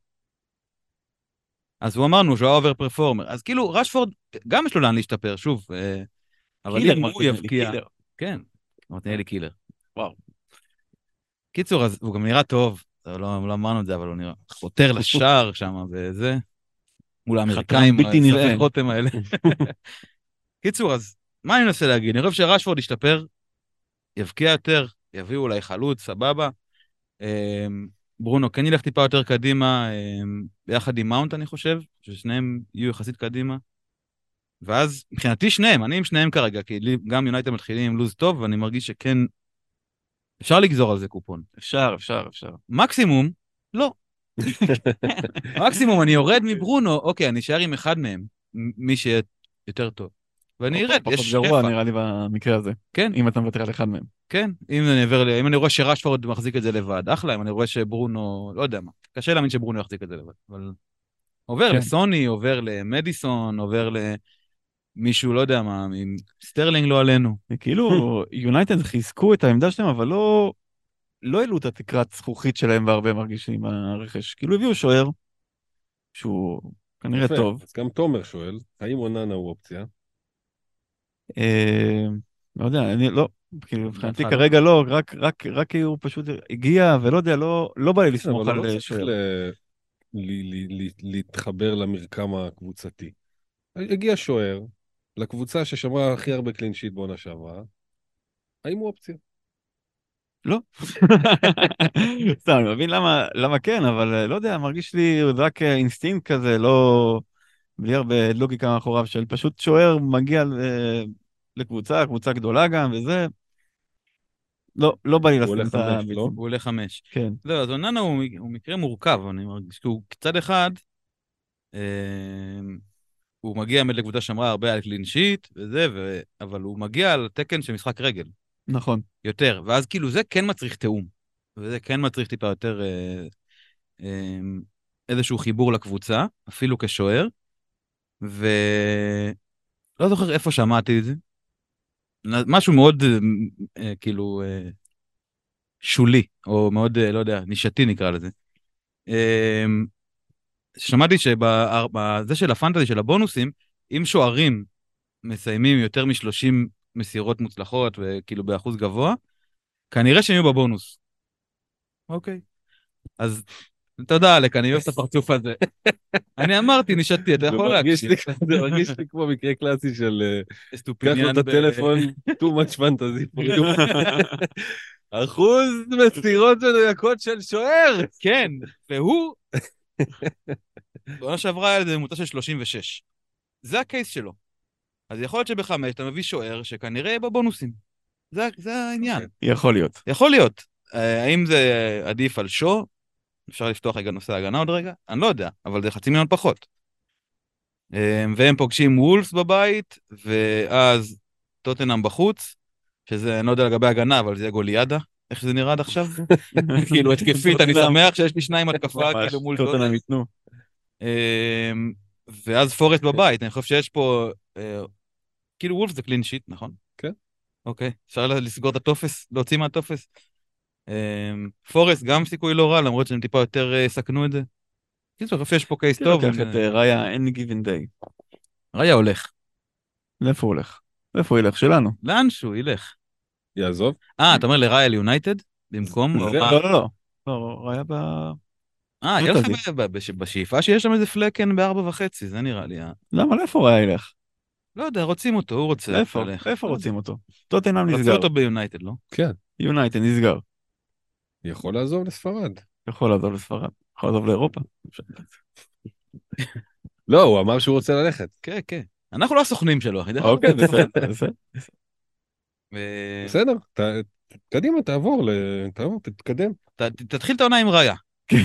אז הוא אמרנו שהוא היה אובר פרפורמר. אז כאילו, רשפורד, גם יש לו לאן להשתפר, שוב. אה, אבל קילר, אם הוא מרטינלי, יבקיע... קילר. כן, מרטינלי קילר. וואו. קיצור, אז הוא גם נראה טוב. לא, לא אמרנו את זה, אבל הוא נראה חותר לשער שם, וזה... מול האמריקאים, בלתי נראה. הספי חותם האלה. קיצור, אז מה אני מנסה להגיד? אני חושב שרשפורד ישתפר, יבקיע יותר, יביאו אולי חלוץ, סבבה. אמ, ברונו כן ילך טיפה יותר קדימה, אמ, ביחד עם מאונט, אני חושב, ששניהם יהיו יחסית קדימה. ואז, מבחינתי שניהם, אני עם שניהם כרגע, כי לי, גם יונייטד מתחילים עם לוז טוב, ואני מרגיש שכן, אפשר לגזור על זה קופון. אפשר, אפשר, אפשר. מקסימום, לא. מקסימום, אני יורד מברונו, אוקיי, אני אשאר עם אחד מהם, מ- מי שיהיה יותר טוב. ואני ארד, פחות יש גרוע שפע. נראה לי במקרה הזה. כן, אם אתה מוותר על אחד מהם. כן, אם אני, עובר, ל- אם אני רואה שרשפורד מחזיק את זה לבד, אחלה, אם אני רואה שברונו, לא יודע מה, קשה להאמין שברונו יחזיק את זה לבד, אבל עובר כן. לסוני, עובר למדיסון, עובר למישהו, לא יודע מה, סטרלינג לא עלינו. כאילו, יונייטד חיזקו את העמדה שלהם, אבל לא, לא העלו את התקרת זכוכית שלהם בהרבה מרגישים הרכש. כאילו הביאו שוער, שהוא כנראה יפה. טוב. אז גם תומר שואל, האם אוננה הוא אופציה? אה, לא יודע, אני לא, כאילו, מבחינתי בהתחלה. כרגע לא, רק, רק, רק כי הוא פשוט הגיע, ולא יודע, לא, לא בא לי לסמוך אבל על הוא לא אה, צריך שוער. ל- ל- ל- ל- להתחבר למרקם הקבוצתי. הגיע שוער לקבוצה ששמרה הכי הרבה קלין שיט בעונה שעברה, האם הוא אופציה? לא. סתם, אני מבין למה, למה כן, אבל אה, לא יודע, מרגיש לי זה רק אה, אינסטינקט כזה, לא, בלי הרבה לוגיקה מאחוריו, של פשוט שוער מגיע אה, לקבוצה, קבוצה גדולה גם, וזה, לא, לא בא לי הוא לשים הולך את ה... חמש, לא? הוא עולה חמש. כן. לא, אז אוננה הוא, הוא מקרה מורכב, אני מרגיש, כי הוא קצת אחד, אה, הוא מגיע באמת לקבוצה שאמרה הרבה על קלין שיט וזה, ו... אבל הוא מגיע על תקן של משחק רגל, נכון. יותר, ואז כאילו זה כן מצריך תיאום, וזה כן מצריך טיפה יותר אה, אה, איזשהו חיבור לקבוצה, אפילו כשוער, ולא זוכר איפה שמעתי את זה, משהו מאוד אה, אה, כאילו אה, שולי, או מאוד, אה, לא יודע, נישתי נקרא לזה. אה, שמעתי שבזה של הפנטזי של הבונוסים, אם שוערים מסיימים יותר מ-שלושים מסירות מוצלחות וכאילו באחוז גבוה, כנראה שהם יהיו בבונוס. אוקיי. אז תודה, אלק, אני אוהב את הפרצוף הזה. אני אמרתי, נשתי, אתה יכול זה מרגיש להקשיב. לי- זה מרגיש לי כמו מקרה קלאסי של אה, קח לו אסטופיניאן את ב- הטלפון, too much fantasy. for you. אחוז מסירות מדויקות של שוער. כן, והוא, בעונה שעברה היה לזה ממוצע של שלושים ושש. זה הקייס שלו. אז יכול להיות שבחמש אתה מביא שוער שכנראה יהיה בבונוסים. זה, זה העניין. יכול להיות. יכול להיות. אה, האם זה עדיף על שו? אפשר לפתוח רגע נושא ההגנה עוד רגע? אני לא יודע, אבל זה חצי מיליון פחות. אה, והם פוגשים וולפס בבית, ואז טוטנהאם בחוץ, שזה, אני לא יודע לגבי הגנה, אבל זה יהיה גוליאדה. איך זה נראה עד עכשיו? כאילו, התקפית, אני שמח שיש לי שניים התקפה, כאילו מול טוטנהאם ייתנו. ואז פורסט בבית, אני חושב שיש פה, כאילו וולף זה קלין שיט, נכון? כן. אוקיי, אפשר לסגור את הטופס, להוציא מהטופס. פורסט גם סיכוי לא רע, למרות שהם טיפה יותר סכנו את זה. קיצור, אני חושב שיש פה קייס טוב. תלקח את ראיה any given day. ראיה הולך. לאיפה הוא הולך? לאיפה הוא ילך? שלנו. לאן שהוא ילך. יעזוב. אה, אתה אומר לראיה ליונייטד? במקום? לא, לא, לא. לא, ראיה ב... אה, יהיה לך בשאיפה שיש שם איזה פלקן בארבע וחצי, זה נראה לי. למה, לאיפה ראיה ילך? לא יודע, רוצים אותו, הוא רוצה. איפה? איפה רוצים אותו? טוטנהאם נסגר. רצו אותו ביונייטד, לא? כן. יונייטד נסגר. יכול לעזוב לספרד. יכול לעזוב לספרד. יכול לעזוב לאירופה. לא, הוא אמר שהוא רוצה ללכת. כן, כן. אנחנו לא הסוכנים שלו, אחי. אוקיי, בסדר, בסדר. בסדר, קדימה, תעבור, תעבור, תתקדם. תתחיל את העונה עם ראיה.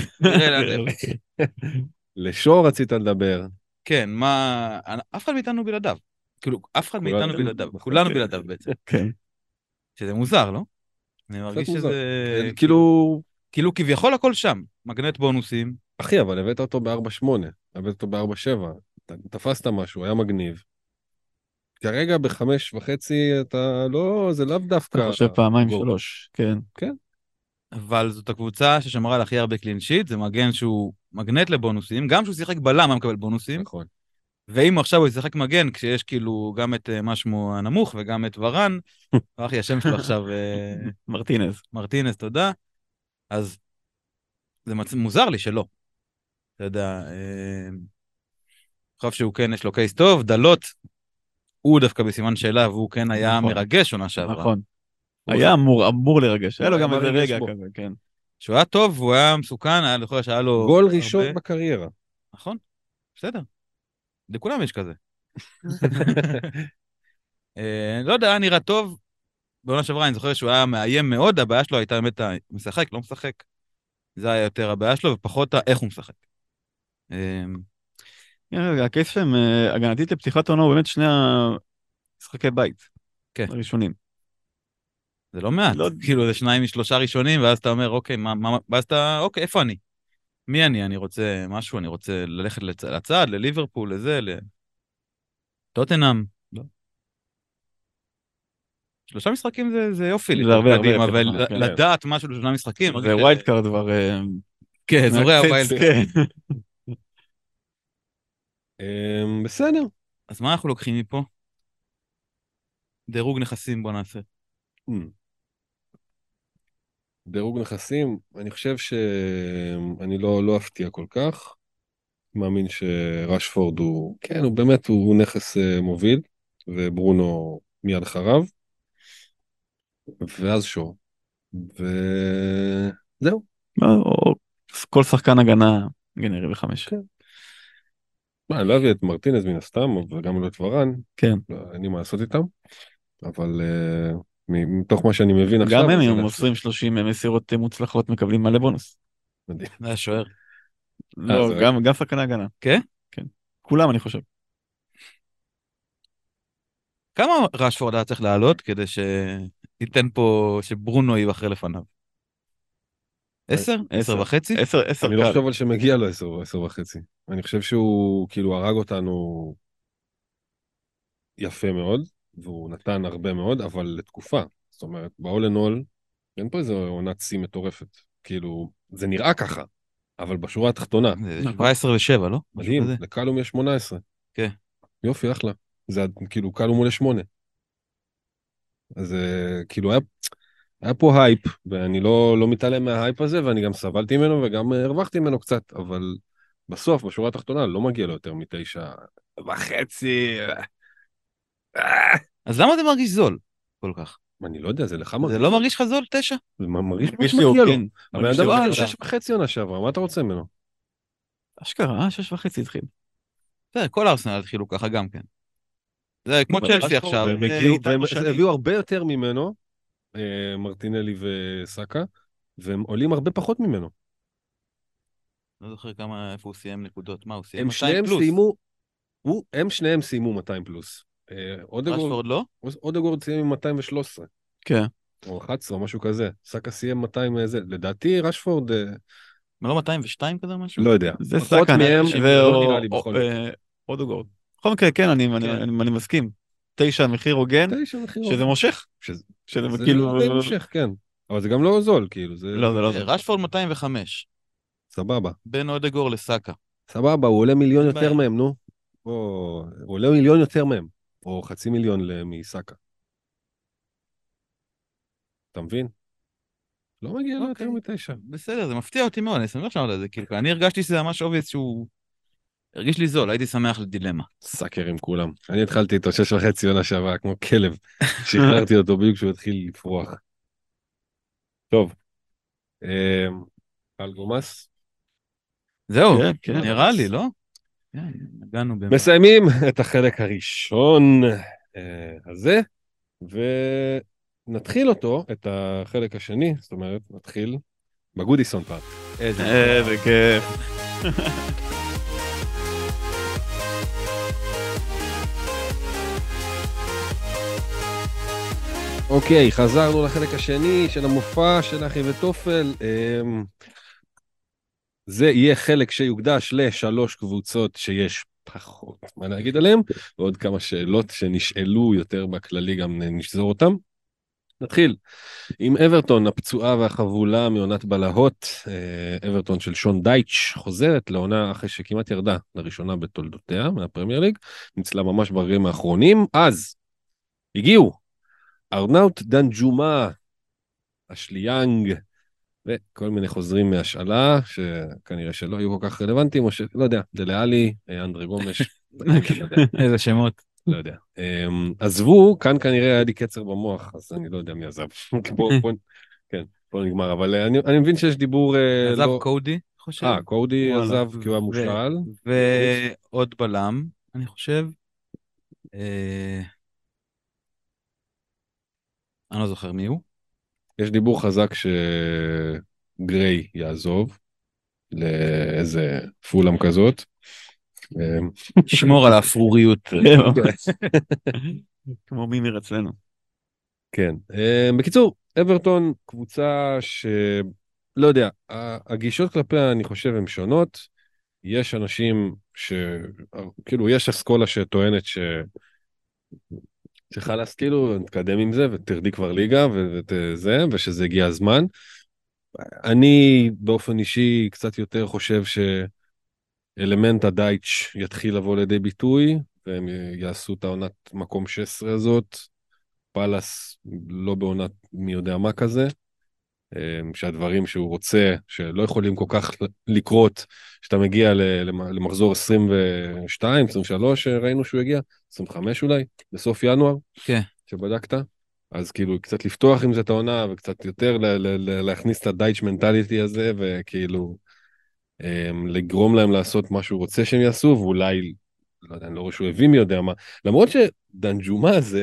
לשור רצית לדבר. כן, מה... אף אחד מאיתנו בלעדיו. כאילו, אף אחד מאיתנו בלעדיו. כולנו בלעדיו בעצם. כן. שזה מוזר, לא? אני מרגיש שזה... כאילו... כאילו כביכול הכל שם. מגנט בונוסים. אחי, אבל הבאת אותו ב-ארבע שמונה, הבאת אותו ב-ארבע שבע. תפסת משהו, היה מגניב. כרגע בחמש וחצי אתה לא, זה לאו דווקא... אתה חושב פעמיים שלוש, כן. כן. אבל זאת הקבוצה ששמרה על הכי הרבה קלין שיט, זה מגן שהוא מגנט לבונוסים, גם שהוא שיחק בלם, הוא מקבל בונוסים. נכון. ואם עכשיו הוא ישחק מגן, כשיש כאילו גם את מה שמו הנמוך וגם את ורן, אחי, השם שלו עכשיו... מרטינז. מרטינז, תודה. אז זה מוזר לי שלא. אתה יודע, אני חושב שהוא כן, יש לו קייס טוב, דלות, הוא דווקא בסימן שאלה, והוא כן היה מרגש עונה שעברה. נכון. היה אמור, אמור לרגש. היה לו גם איזה רגע כזה, כן. שהוא היה טוב, והוא היה מסוכן, היה לכל שהיה לו... גול ראשון בקריירה. נכון, בסדר. לכולם יש כזה. לא יודע, היה נראה טוב. בעונה שעברה אני זוכר שהוא היה מאיים מאוד, הבעיה שלו הייתה באמת, משחק, לא משחק. זה היה יותר הבעיה שלו, ופחות איך הוא משחק. הקייס שלהם, הגנתית לפתיחת עונה, הוא באמת שני המשחקי בית. כן. הראשונים. זה לא מעט. כאילו, זה שניים משלושה ראשונים, ואז אתה אומר, אוקיי, מה, ואז אתה, אוקיי, איפה אני? מי אני? אני רוצה משהו, אני רוצה ללכת לצד, לליברפול, לזה, לטוטנהאם. לא. שלושה משחקים זה, זה יופי. זה הרבה, הרבה. אבל לדעת משהו לשלושה משחקים. זה ווילד קארד כבר... כן, זורע ווילד קארד. בסדר. אז מה אנחנו לוקחים מפה? דירוג נכסים, בוא נעשה. דירוג נכסים, אני חושב שאני לא, לא אפתיע כל כך. מאמין שרשפורד הוא, כן, הוא באמת, הוא נכס מוביל, וברונו מיד אחריו. ואז שור. וזהו. כל שחקן הגנה גנרי בחמש. כן. מה, אני לא אביא את מרטינז מן הסתם, וגם לא את ורן. כן. אין לי מה לעשות איתם. אבל מתוך מה שאני מבין עכשיו... גם הם עם עשרים שלושים מסירות מוצלחות מקבלים מלא בונוס. מדהים. זה השוער. לא, גם שחקן הגנה. כן? כן. כולם אני חושב. כמה רשפורד היה צריך לעלות כדי שייתן פה, שברונו ייבחר לפניו? עשר? עשר וחצי? עשר, עשר. אני לא חושב על שמגיע לו עשר, עשר וחצי. אני חושב שהוא כאילו הרג אותנו יפה מאוד, והוא נתן הרבה מאוד, אבל לתקופה. זאת אומרת, ב-all in all, אין פה איזו עונת שיא מטורפת. כאילו, זה נראה ככה, אבל בשורה התחתונה. זה שבע עשרה ושבע, לא? מדהים, לקלום יש שמונה עשרה. כן. יופי, אחלה. זה כאילו קלום מול שמונה. אז כאילו היה... היה פה הייפ, ואני לא, לא מתעלם מההייפ הזה, ואני גם סבלתי ממנו וגם הרווחתי ממנו קצת, אבל בסוף, בשורה התחתונה, לא מגיע לו יותר מתשע וחצי. אז למה זה מרגיש זול כל כך? אני לא יודע, זה לך מרגיש. זה לא מרגיש לך זול תשע? זה מרגיש שמגיע לו. אבל אני מדבר על שש וחצי עונה שעברה, מה אתה רוצה ממנו? אשכרה, אה? שש וחצי התחיל. כל הארסנל התחילו ככה גם כן. זה כמו צ'לסי עכשיו. והם הביאו הרבה יותר ממנו, מרטינלי וסאקה, והם עולים הרבה פחות ממנו. לא זוכר כמה, איפה הוא סיים נקודות, מה הוא סיים? הם שניהם סיימו, הם שניהם סיימו מאתיים פלוס. רשפורד לא? אודגורד סיים עם מאתיים ושלוש עשרה. כן. או אחת עשרה, או משהו כזה. סאקה סיים מאתיים, זה, לדעתי רשפורד, לא מאתיים ושתיים כזה משהו? לא יודע. זה פחות סאקה, מהם, זה לא או- נראה לי או- בכל מקרה. אה, אודוגורד. בכל מקרה, כן, אני אני- כן. אני- אני מסכים. תשע מחיר הוגן, תשע מחיר שזה מושך. שזה שזה זה כאילו... די מושך, כן. אבל זה גם לא זול, כאילו, זה לא, זה לא זה. רשפורד מאתיים וחמש, סבבה. בין אודגור לסאקה. סבבה, הוא עולה מיליון אין יותר בעיה. מהם, נו. או, הוא עולה מיליון יותר מהם, או חצי מיליון ל- מסאקה. אתה מבין? לא מגיע לו אוקיי. יותר מתשע. בסדר, זה מפתיע אותי מאוד, אני שמח שאמרת את זה, כאילו, אני הרגשתי שזה ממש אובייס שהוא... הרגיש לי זול, הייתי שמח לדילמה. סאקרים כולם. אני התחלתי איתו שש וחצי עונה שעברה, כמו כלב. שחררתי אותו בדיוק כשהוא התחיל לפרוח. טוב. אמ, אלגומס. זהו, כן, כן. נראה לי, לא? כן, נגענו באמת. מסיימים את החלק הראשון אה, הזה, ונתחיל אותו, את החלק השני, זאת אומרת, נתחיל בגודיסון פארט. איזה... איזה כיף. אוקיי, חזרנו לחלק השני של המופע של אחי וטופל. אמ, זה יהיה חלק שיוקדש לשלוש קבוצות שיש פחות מה להגיד עליהם, ועוד כמה שאלות שנשאלו יותר בכללי גם נשזור אותם. נתחיל עם אברטון, הפצועה והחבולה מעונת בלהות. אה, אברטון של שון דייץ' חוזרת לעונה אחרי שכמעט ירדה לראשונה בתולדותיה מהפרמייר ליג, ניצלה ממש ברגעים האחרונים. אז הגיעו ארנאוט דנג'ומה, אשליאנג, וכל מיני חוזרים מהשאלה, שכנראה שלא היו כל כך רלוונטיים, או שלא יודע, דלאלי, אנדרי גומש, איזה שמות. לא יודע. עזבו, כאן כנראה היה לי קצר במוח, אז אני לא יודע מי עזב. בוא, בוא, כן, בוא נגמר, אבל אני, אני מבין שיש דיבור... אה, עזב לא... קודי, חושב. אה, קודי וואלה. עזב כי הוא היה מושאל. ועוד בלם, אני חושב. אה, אני לא זוכר מי הוא. יש דיבור חזק שגריי יעזוב לאיזה פולאם כזאת. שמור על האפרוריות. כמו מימיר אצלנו. כן. בקיצור, אברטון קבוצה שלא יודע, הגישות כלפיה אני חושב הן שונות. יש אנשים ש... כאילו, יש אסכולה שטוענת ש... שחלאס, כאילו, נתקדם עם זה ותרדי כבר ליגה וזה, ושזה הגיע הזמן. אני באופן אישי קצת יותר חושב שאלמנט הדייץ' יתחיל לבוא לידי ביטוי, והם יעשו את העונת מקום שש עשרה הזאת. פלס לא בעונת מי יודע מה כזה, שהדברים שהוא רוצה, שלא יכולים כל כך לקרות, שאתה מגיע למחזור עשרים ושתיים, עשרים ושלוש, ראינו שהוא הגיע, עשרים וחמש אולי, בסוף ינואר, כן. שבדקת, אז כאילו קצת לפתוח עם זה את העונה, וקצת יותר להכניס את הדייץ' מנטליטי הזה, וכאילו לגרום להם לעשות מה שהוא רוצה שהם יעשו, ואולי, לא יודע, אני לא רואה שהוא הביא מי יודע מה, למרות שדנג'ומה הזה,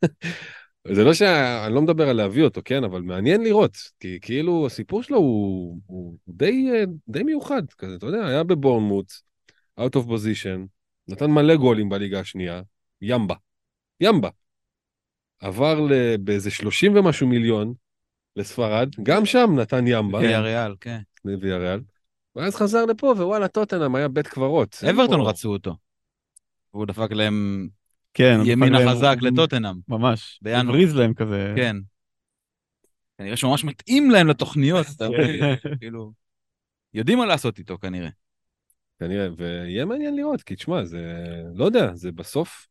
זה לא שאני לא מדבר על להביא אותו, כן, אבל מעניין לראות, כי כאילו הסיפור שלו הוא, הוא די, די מיוחד, כזה, אתה יודע, היה בבורנמוט, out of position, נתן מלא גולים בליגה השנייה, ימבה, ימבה, עבר באיזה שלושים ומשהו מיליון לספרד, גם שם נתן ימבה, ויה ריאל, כן. ויה ריאל, ואז חזר לפה, ווואלה, טוטנהאם היה בית קברות. אברטון רצו אותו, והוא דפק להם כן, ימין החזק לטוטנהאם. ממש, בינואר. הבריז להם כזה. כן. כנראה שממש מתאים להם לתוכניות, אתה מבין? כאילו, יודעים מה לעשות איתו כנראה. כנראה, ויהיה מעניין לראות, כי תשמע, זה, לא יודע, זה בסוף,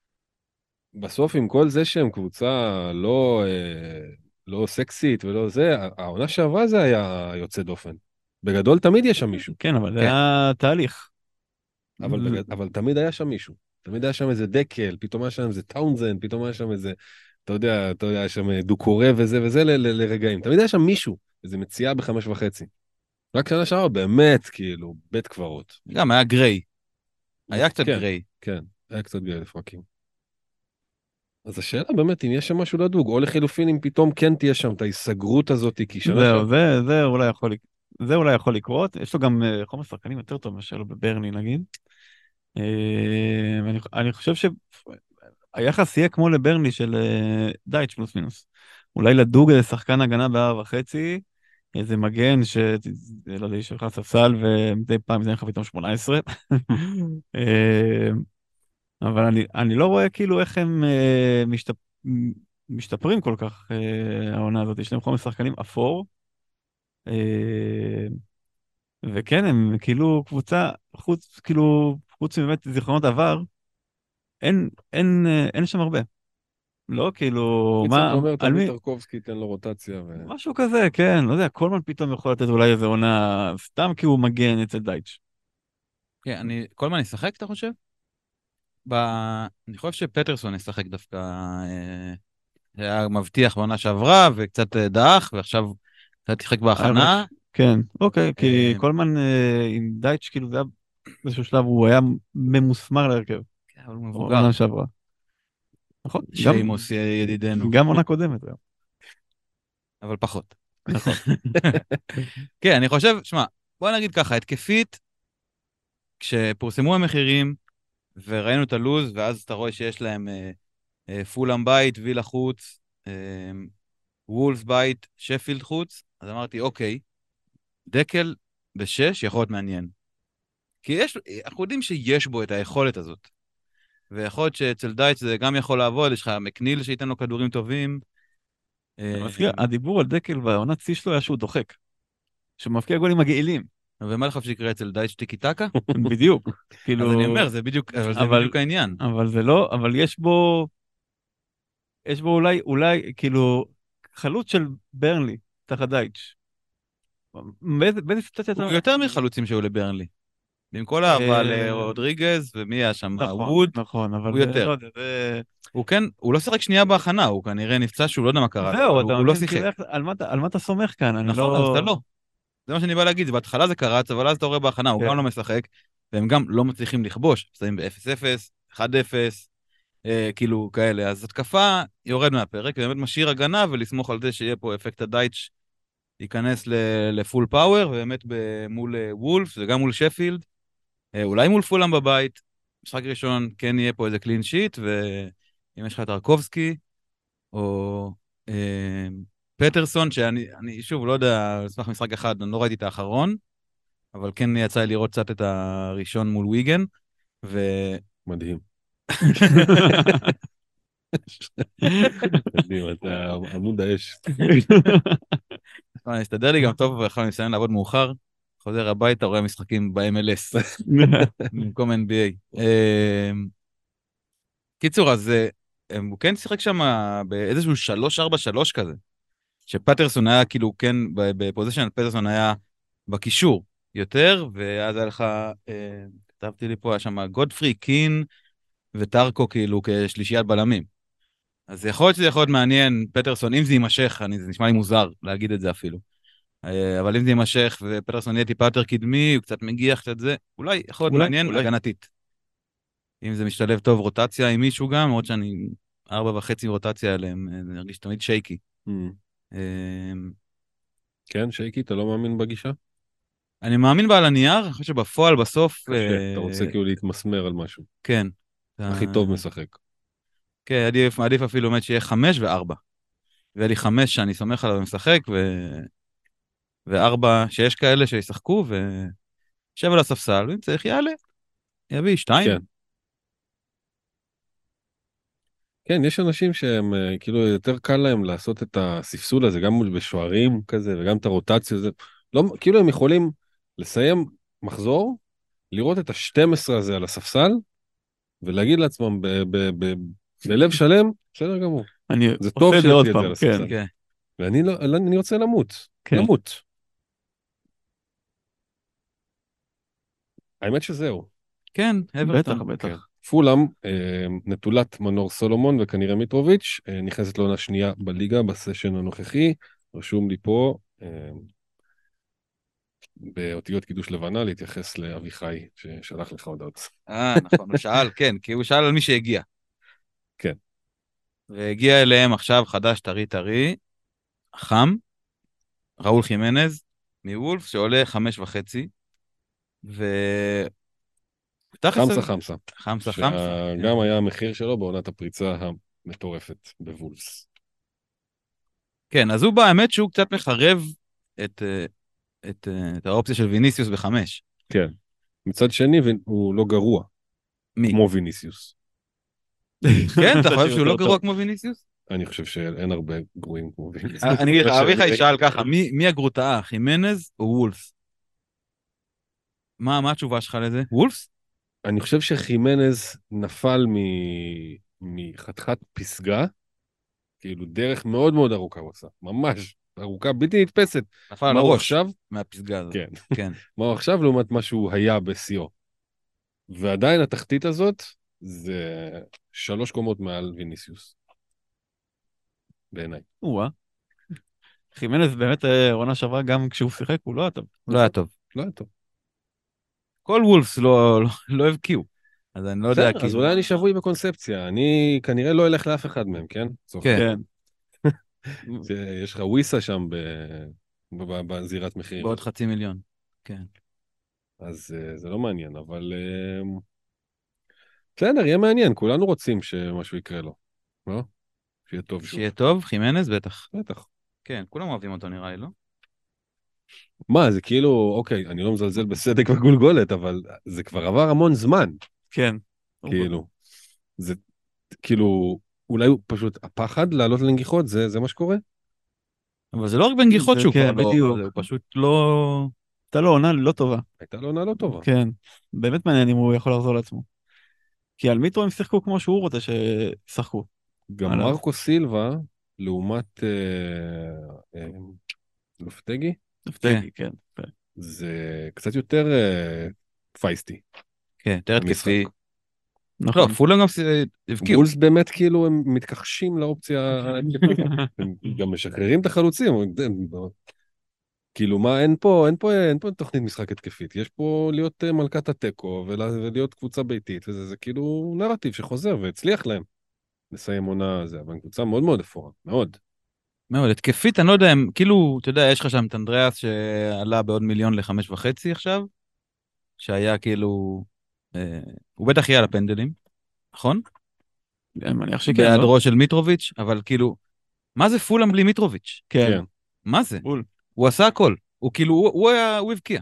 בסוף עם כל זה שהם קבוצה לא, לא סקסית ולא זה, העונה שעברה זה היה יוצא דופן. בגדול תמיד יש שם מישהו. כן, אבל זה היה תהליך. אבל, בגד... אבל תמיד היה שם מישהו. תמיד היה שם איזה דקל, פתאום היה שם איזה טאונזן, פתאום היה שם איזה, אתה יודע, אתה יודע, היה שם דוקורה וזה וזה ל- ל- לרגעים. תמיד היה שם מישהו, איזה מציאה בחמש וחצי. רק שנה שעברה, באמת, כאילו, בית קברות. גם היה גריי. היה קצת כן, גריי. כן, היה קצת גריי לפרקים. אז השאלה באמת, אם יש שם משהו לדוג, או לחילופין, אם פתאום כן תהיה שם את ההיסגרות הזאת, כי שנה שעברה... זהו, זה, זה אולי יכול, זה אולי יכול לקרות. יש לו גם uh, חומר שחקנים יותר טוב מאשר בברני, נגיד. Uh, אני, אני חושב שהיחס יהיה כמו לברני של uh, דייץ' פלוס מינוס. אולי לדוג איזה שחקן הגנה בארבע וחצי, איזה מגן ש... לא יודע, יש לך ספסל ומדי פעם זה אין לך פתאום שמונה עשרה. אה, אבל אני, אני לא רואה כאילו איך הם אה, משתפ... משתפרים כל כך אה, העונה הזאת. יש להם חומר שחקנים אפור. אה, וכן, הם כאילו קבוצה, חוץ, כאילו, חוץ מבאמת זיכרונות עבר, אין, אין, אה, אין שם הרבה. לא, כאילו, קיצר, מה, אתה אומר, על תביא מי? טרקובסקי, תן לו רוטציה. ו... משהו כזה, כן, לא יודע, קולמן פתאום יכול לתת אולי איזה עונה, סתם כי הוא מגן אצל דייטש. כן, אני, כל מה נשחק, אתה חושב? ב... אני חושב שפטרסון ישחק דווקא, אה, היה מבטיח בעונה שעברה, וקצת אה, דח, ועכשיו קצת ישחק בהכנה. כן, אוקיי, כי אה, קולמן אה, עם דייטש, כאילו, זה היה באיזשהו שלב, הוא היה ממוסמר להרכב, כן, אבל הוא מבוגר. עונה שעברה. נכון, גם, שיימוס ידידנו, גם עונה קודמת. גם. אבל פחות. נכון. כן, אני חושב, שמע, בוא נגיד ככה, התקפית, כשפורסמו המחירים, וראינו את הלוז, ואז אתה רואה שיש להם אה, אה, פולאם בית, וילה חוץ, אה, וולס בית, שפילד חוץ, אז אמרתי, אוקיי, דקל בשש יכול להיות מעניין. כי יש, אנחנו יודעים שיש בו את היכולת הזאת. ויכול להיות שאצל דייטש זה גם יכול לעבוד, יש לך מקניל שייתן לו כדורים טובים. אני מזכיר, הדיבור על דקל והעונת שיא שלו היה שהוא דוחק. שהוא מבקיע גולים מגעילים. ומה לך שיקרה אצל דייטש טיקי טקה? בדיוק. כאילו... אז אני אומר, זה בדיוק, אבל זה אבל- בדיוק העניין. אבל זה לא, אבל יש בו, יש בו אולי, אולי, כאילו, חלוץ של ברנלי, תחת דייטש. באיזה באיזה סיטואציה אתה... הוא יותר מחלוצים שהיו לברנלי. עם כל האהבה לרודריגז, ומי היה שם? נכון, ווד, נכון, אבל הוא זה- יותר. לא יודע, זה... הוא כן, הוא לא שיחק שנייה בהכנה, הוא כנראה נפצע שהוא לא יודע מה קרה. לו, זהו, אבל אתה הוא לא מבין, כאילו, שיחק. איך- על מה אתה- על מה אתה סומך כאן? אני נכון, אז לא... אתה לא. זה מה שאני בא להגיד, בהתחלה זה קרץ, אבל אז אתה רואה בהכנה, הוא כן. גם לא משחק, והם גם לא מצליחים לכבוש, מסיימים ב-אפס אפס, אחד אפס, אה, כאילו כאלה. אז התקפה יורד מהפרק, ובאמת משאיר הגנה, ולסמוך על זה שיהיה פה אפקט הדייטש, ייכנס ל- לפול פאוור, ובאמת ב- מול אה, וולף, וגם מול שפילד, אה, אולי מול פולאם בבית, משחק ראשון כן יהיה פה איזה קלין שיט, ואם יש לך את טרקובסקי, או אה, פטרסון, שאני אני, שוב לא יודע, על סמך משחק אחד, אני לא ראיתי את האחרון, אבל כן יצא לי לראות קצת את הראשון מול ויגן, ו... מדהים. מדהים, אתה עמוד האש. אני אסתדר לי גם טוב, ואחר אני מסיים לעבוד מאוחר, חוזר הביתה, רואה משחקים ב-אם אל אס, במקום אן בי איי. אה, קיצור, אז אה, הוא כן שיחק שם באיזשהו שלוש ארבע שלוש כזה, שפטרסון היה כאילו כן, בפוזישן פטרסון היה בקישור יותר, ואז היה לך, אה, כתבתי לי פה, היה שם גודפרי, קין וטרקו כאילו כשלישיית בלמים. אז יכול להיות שזה יכול להיות מעניין, פטרסון, אם זה יימשך, אני, זה נשמע לי מוזר להגיד את זה אפילו. אה, אבל אם זה יימשך ופטרסון יהיה טיפה יותר קדמי, הוא קצת מגיח, קצת זה, אולי יכול להיות אולי, מעניין אולי. הגנתית. אם זה משתלב טוב רוטציה עם מישהו גם, למרות שאני ארבע וחצי רוטציה עליהם, אה, זה הרגיש תמיד שייקי. Mm. אה, כן, שייקי, אתה לא מאמין בגישה? אני מאמין בה על הנייר, אני חושב שבפועל בסוף... קשה, אה, אתה רוצה כאילו להתמסמר על משהו. כן. הכי אה, טוב משחק. כן, עדיף, עדיף אפילו באמת שיהיה חמש וארבע. ויהיה לי חמש שאני סומך עליו ומשחק, ו... וארבע שיש כאלה שישחקו, ושב על הספסל, ואם צריך יעלה, יביא שתיים. כן. כן, יש אנשים שהם אה, כאילו יותר קל להם לעשות את הספסול הזה, גם מול בשוערים כזה, וגם את הרוטציה הזה. לא, כאילו הם יכולים לסיים מחזור, לראות את ה-שתים עשרה הזה על הספסל, ולהגיד לעצמם ב- ב- ב- בלב שלם, בסדר גמור. אני זה טוב עושה את זה שיש עוד לי את זה פעם, על כן. הספסל. כן. ואני לא, לא- אני רוצה למות. כן. למות. האמת שזהו. כן, בטח, אברטון. כן. בטח. פולאם, אה, נטולת מנור סולומון וכנראה מיטרוביץ', אה, נכנסת לעונה שנייה בליגה בסשן הנוכחי, רשום לי פה, אה, באותיות קידוש לבנה, להתייחס לאביחי ששלח לך הודעות. אה, נכון, הוא שאל, כן, כי הוא שאל על מי שהגיע. כן. והגיע אליהם עכשיו חדש טרי טרי, חם, ראול חימנז, מוולף, שעולה חמש וחצי, ו... חמסה חמסה. חמסה חמסה. שגם היה המחיר שלו בעונת הפריצה המטורפת בוולפס. כן, אז הוא באמת שהוא קצת מחרב את, אה, את, אה, את האופציה של ויניסיוס בחמש. כן. מצד שני, הוא לא גרוע, מי? כמו ויניסיוס. כן, אתה חושב שהוא לא גרוע כמו ויניסיוס? אני חושב שאין הרבה גרועים כמו ויניסיוס. אני אגיד לך, אביחי ישאל ככה, מי, מי הגרוטאה, חימנז או וולס? מה, מה התשובה שלך לזה? וולס? אני חושב שחימנז נפל מ... מחתיכת פסגה, כאילו דרך מאוד מאוד ארוכה הוא עשה, ממש ארוכה, בלתי נתפסת. נפל על מה הוא הראש עכשיו? מהפסגה הזאת. כן. כן. מה הוא עכשיו לעומת מה שהוא היה בשיאו. ועדיין התחתית הזאת זה שלוש קומות מעל ויניסיוס. בעיניי. וואה. חימנז באמת אה, עונה שעברה גם כשהוא שיחק, הוא לא היה טוב. לא היה טוב. לא היה טוב. כל וולס לא, לא, לא הבקיעו. אז אני לא יודע, בסדר, אז כאילו... אולי אני שבוי בקונספציה. אני כנראה לא אלך לאף אחד מהם, כן? סוף כן. העונה. כן. זה- יש לך וויסה שם ב... ב- בזירת מחיר. בעוד חצי מיליון. כן. אז אה, זה לא מעניין, אבל... אה, בסדר, יהיה מעניין, כולנו רוצים שמשהו יקרה לו. לא? שיהיה טוב שוב. שיהיה טוב, חימנז בטח. בטח. כן, כולם אוהבים אותו נראה לי, לא? מה, זה כאילו, אוקיי, אני לא מזלזל בסדק וגולגולת, אבל זה כבר עבר המון זמן, כן. כאילו. זה, כאילו, אולי הוא פשוט הפחד לעלות לנגיחות, זה, זה מה שקורה? אבל זה לא רק בנגיחות זה שהוא כן, כבר לא... בדיוק. זה, הוא פשוט לא... הייתה לו עונה לא טובה. הייתה לו עונה לא טובה. כן. באמת מעניין אם הוא יכול לחזור לעצמו. כי על מיטרו הם שיחקו כמו שהוא רוצה שישחקו. גם עליו. מרקו סילבה, לעומת אה, אה, לופטגי, נפתגי, כן. כן. זה קצת יותר אה, פייסטי. כן, יותר התקפי. המשחק. לא, נכון. פולאם גם ס- הבקיעו. וולס באמת כאילו הם מתכחשים לאופציה, הם גם משחררים את החלוצים, כאילו מה, אין פה, אין פה, אין פה תוכנית משחק התקפית, יש פה להיות אה, מלכת התיקו ולהיות קבוצה ביתית, וזה זה כאילו נרטיב שחוזר והצליח להם לסיים עונה זה, אבל קבוצה מאוד מאוד אפורה, מאוד. מאוד, התקפית, אני לא יודע, הם, כאילו, אתה יודע, יש לך שם את אנדריאס שעלה בעוד מיליון לחמש וחצי עכשיו, שהיה כאילו, אה, הוא בטח יהיה על הפנדלים, נכון? אני מניח שכן, לא? בהיעדרו של מיטרוביץ', אבל כאילו, מה זה פולאם בלי מיטרוביץ'? כן. כן. מה זה? בול. הוא עשה הכל, הוא כאילו, הוא, הוא היה, הוא הבקיע.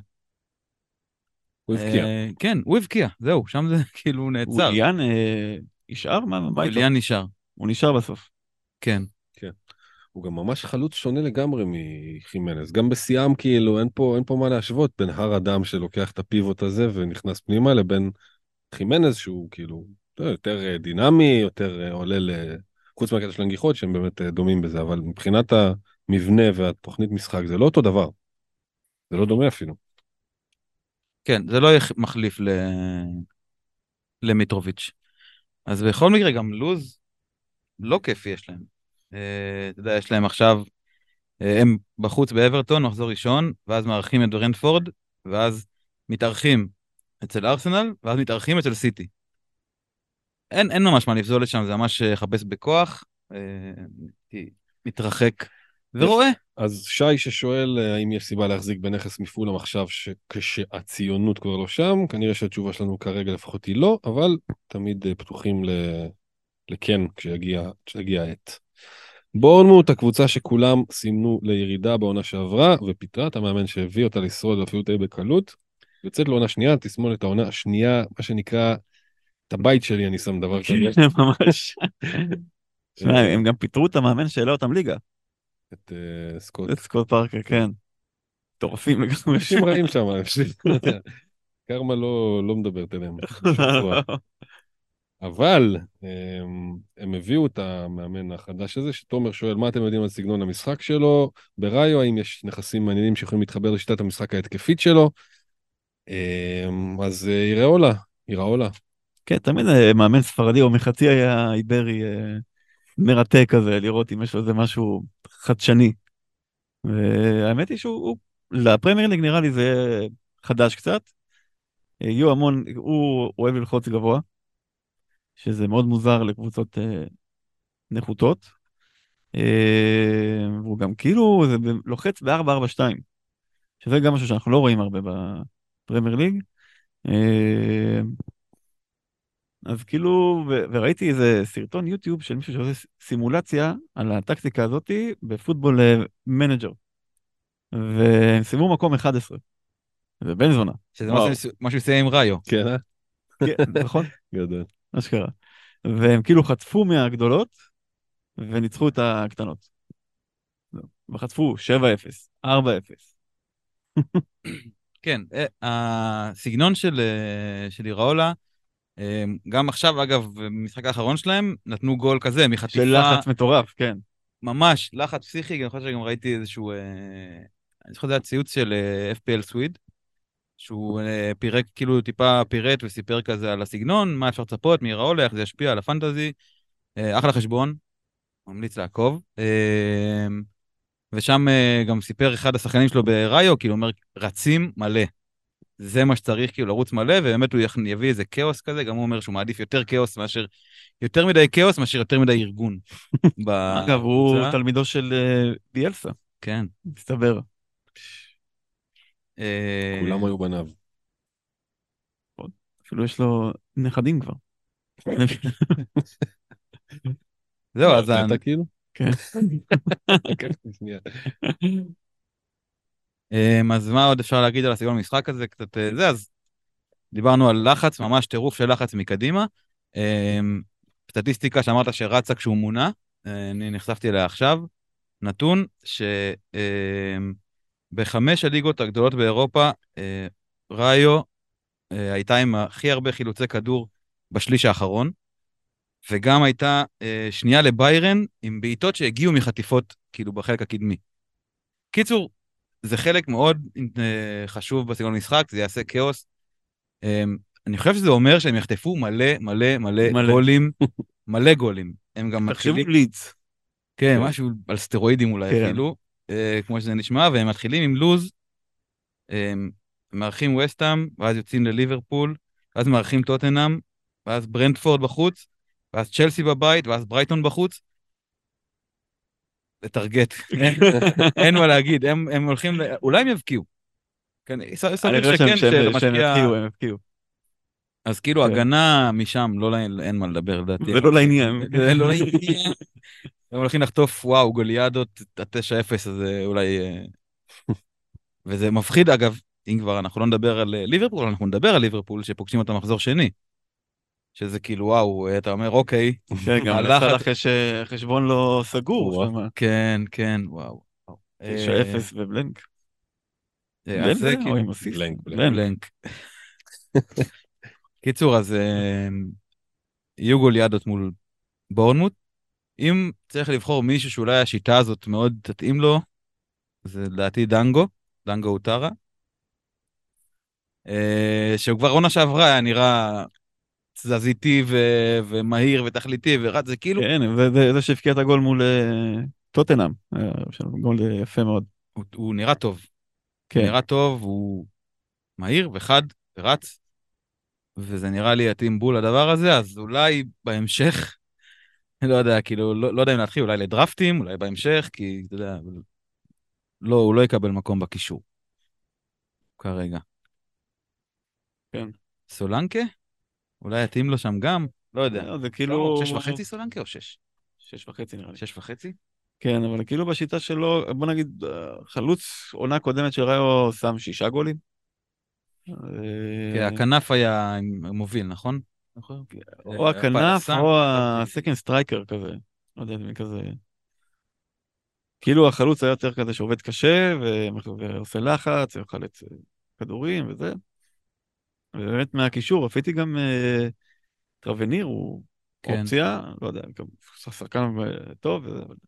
הוא הבקיע. אה, כן, הוא הבקיע, זהו, שם זה כאילו נעצר. וויליאן אה, נשאר? מה מה איתו? וויליאן נשאר, הוא נשאר בסוף. כן. הוא גם ממש חלוץ שונה לגמרי מחימנס, גם בשיאם כאילו אין פה, אין פה מה להשוות בין הר אדם שלוקח את הפיבוט הזה ונכנס פנימה לבין חימנס שהוא כאילו לא, יותר אה, דינמי, יותר אה, עולה ל... חוץ מהקטע של הנגיחות שהם באמת אה, דומים בזה, אבל מבחינת המבנה והתוכנית משחק זה לא אותו דבר. זה לא דומה אפילו. כן, זה לא יהיה מחליף ל... למיטרוביץ'. אז בכל מקרה גם לוז לא כיפי יש להם. אה, אתה יודע, יש להם עכשיו, אה, הם בחוץ באברטון, מחזור ראשון, ואז מארחים את ברנדפורד, ואז מתארחים אצל ארסנל, ואז מתארחים אצל סיטי. אין, אין ממש מה לפזול לשם, זה ממש לחפש בכוח, אה, מתרחק ורואה. אז שי ששואל אה, האם יש סיבה להחזיק בנכס מפולאם עכשיו כשהציונות כבר לא שם, כנראה שהתשובה שלנו כרגע לפחות היא לא, אבל תמיד אה, פתוחים ל... לכן כשיגיע, כשיגיע העת. בורנמוט, הקבוצה שכולם סימנו לירידה בעונה שעברה, ופיטרה את המאמן שהביא אותה לשרוד ואפילו די בקלות, יוצאת לעונה שנייה, תסמון את העונה השנייה, מה שנקרא, את הבית שלי אני שם דבר כזה. ממש. שמע, הם גם פיטרו את המאמן שהעלה אותם ליגה. את אה, סקוט. את סקוט פארקר, כן. טורפים לגמרי. אנשים רעים שם, קרמה לא לא מדברת אליהם. אבל הם, הם הביאו את המאמן החדש הזה, שתומר שואל מה אתם יודעים על סגנון המשחק שלו, בראיו, האם יש נכסים מעניינים שיכולים להתחבר לשיטת המשחק ההתקפית שלו, הם, אז יראו לה, יראו לה. כן, תמיד אה, מאמן ספרדי או מחצי היה איברי אה, מרתק כזה, לראות אם יש לו איזה משהו חדשני. והאמת היא שהוא, הוא- לפרמייר ליג נראה לי זה חדש קצת. אה, יהיו המון, הוא אוהב ללחוץ גבוה, שזה מאוד מוזר לקבוצות אה, נחותות. אה, והוא גם כאילו זה ב- לוחץ ב-ארבע ארבע שתיים, שזה גם משהו שאנחנו לא רואים הרבה בפרמייר ליג. אה, אז כאילו, ו- וראיתי איזה סרטון יוטיוב של מישהו שעושה סימולציה על הטקטיקה הזאת בפוטבול אה, מנג'ר, והם סיימו מקום אחד עשרה. זה בן זונה. שזה וואו. מה שהוא עושה עם ראיו. כן, אה? כן, נכון? גדול. מה שקרה. והם כאילו חטפו מהגדולות, וניצחו את הקטנות. זהו. וחטפו שבע אפס, ארבע אפס. כן, אה, הסגנון של, אה, של איראולה, אה, גם עכשיו, אגב, במשחק האחרון שלהם, נתנו גול כזה, מחטיפה, של לחץ מטורף, כן. ממש, לחץ פסיכי, אני חושב שגם ראיתי איזשהו, אה, אני זוכר, זה היה ציוץ של אה, אף פי אל סוויד, שהוא אה, פירק, כאילו טיפה פירט וסיפר כזה על הסגנון, מה אפשר לצפות מאיראולה, איך זה ישפיע על הפנטזי, אה, אחלה חשבון, ממליץ לעקוב. אה, ושם אה, גם סיפר אחד השחקנים שלו בראיו, כאילו אומר, רצים מלא. זה מה שצריך, כאילו, לרוץ מלא, ובאמת הוא יכ- יביא איזה כאוס כזה, גם הוא אומר שהוא מעדיף יותר כאוס מאשר, יותר מדי כאוס מאשר יותר מדי ארגון. אגב, הוא בקבוצה. תלמידו של אה, ביאלסה, כן. מסתבר. אה, כולם היו בניו. אפילו יש לו נכדים כבר. זהו, אז... אתה אני- כאילו? כן. לקחתי שנייה. אה, אז מה עוד אפשר להגיד על הסגנון המשחק הזה? קצת אה, זה, אז דיברנו על לחץ, ממש טירוף של לחץ מקדימה. אה, סטטיסטיקה שאמרת שרצה כשהוא מונה, אה, אני נחשפתי אליה עכשיו. נתון ש... אה, בחמש הליגות הגדולות באירופה, אה, ראיו אה, הייתה עם הכי הרבה חילוצי כדור בשליש האחרון, וגם הייתה אה, שנייה לביירן עם בעיטות שהגיעו מחטיפות, כאילו בחלק הקדמי. קיצור, זה חלק מאוד אה, חשוב בסגנון המשחק, זה יעשה כאוס. אה, אני חושב שזה אומר שהם יחטפו מלא מלא מלא, מלא. גולים, מלא גולים. הם גם תחשבו מתחילים, לידס. כן, משהו על סטרואידים אולי כן. אפילו, אה, כמו שזה נשמע, והם מתחילים עם לוז, הם מארחים וסטהאם, ואז יוצאים לליברפול, ואז מארחים טוטנהאם, ואז ברנטפורד בחוץ, ואז צ'לסי בבית, ואז ברייטון בחוץ. לטרגט. אין מה להגיד, הם, הם הולכים, ל... אולי הם יבקיעו. כן, אני סביר חושב שכן, שהם שהם שמשקיע... יפקיעו, הם יפקיעו. אז כאילו, כן. הגנה משם, לא, לה- אין מה לדבר, לדעתי. זה לא לעניין. זה לא לעניין. הם הולכים לחטוף, וואו, גוליאדות, ה-תשע אפס, אז אה, אולי... אה, וזה מפחיד, אגב, אם כבר אנחנו לא נדבר על אה, ליברפול, אנחנו נדבר על ליברפול, שפוגשים אותם מחזור שני. שזה כאילו, וואו, אתה אומר, אוקיי. כן, גם הלחץ- לסלאח יש אה, חשבון לא סגור. וואו. שמה. כן, כן, וואו. וואו. תשע אה, אפס ובלנק. אה, בלנק אז זה זה כאילו... או עם אסיסט? בלנק, בלנק. בלנק. בלנק. קיצור, אז אה, יהיו גוליאדות מול בורנמוט. אם צריך לבחור מישהו שאולי השיטה הזאת מאוד תתאים לו, זה לדעתי דנגו, דנגו אוטרה. אה, שהוא כבר עונה שעברה היה נראה תזזיתי ו- ומהיר ותכליתי ורץ, זה כאילו, כן, זה- זה זה שהבקיע את הגול מול אה, טוטנאם. אה, שם גול אה, יפה מאוד. הוא, הוא נראה טוב. הוא כן. נראה טוב, הוא מהיר וחד ורץ, וזה נראה לי יתאים בול לדבר הזה, אז אולי בהמשך, לא יודע, כאילו, לא, לא יודע אם להתחיל, אולי לדרפטים, אולי בהמשך, כי אתה יודע, אבל לא, הוא לא יקבל מקום בקישור. כרגע. כן. סולנקה? אולי יתאים לו שם גם? לא יודע. אה, זה כאילו... כאילו... שש וחצי סולנקה או שש? שש וחצי נראה לי. שש וחצי? כן, אבל כאילו בשיטה שלו, בוא נגיד, אה, חלוץ עונה קודמת של ראיו שם שישה גולים. כן, אה, הכנף היה מוביל, נכון? או הכנף או הסקנד סטרייקר כזה. לא יודע, מי כזה... כאילו החלוץ היה יותר כזה שעובד קשה ו- ועושה לחץ, וחלץ אה, כדורים וזה. ובאמת מהקישור, רציתי גם אה, טרבניר, הוא כן. אופציה, לא יודע, גם שחקן אה, טוב. וזה, אבל-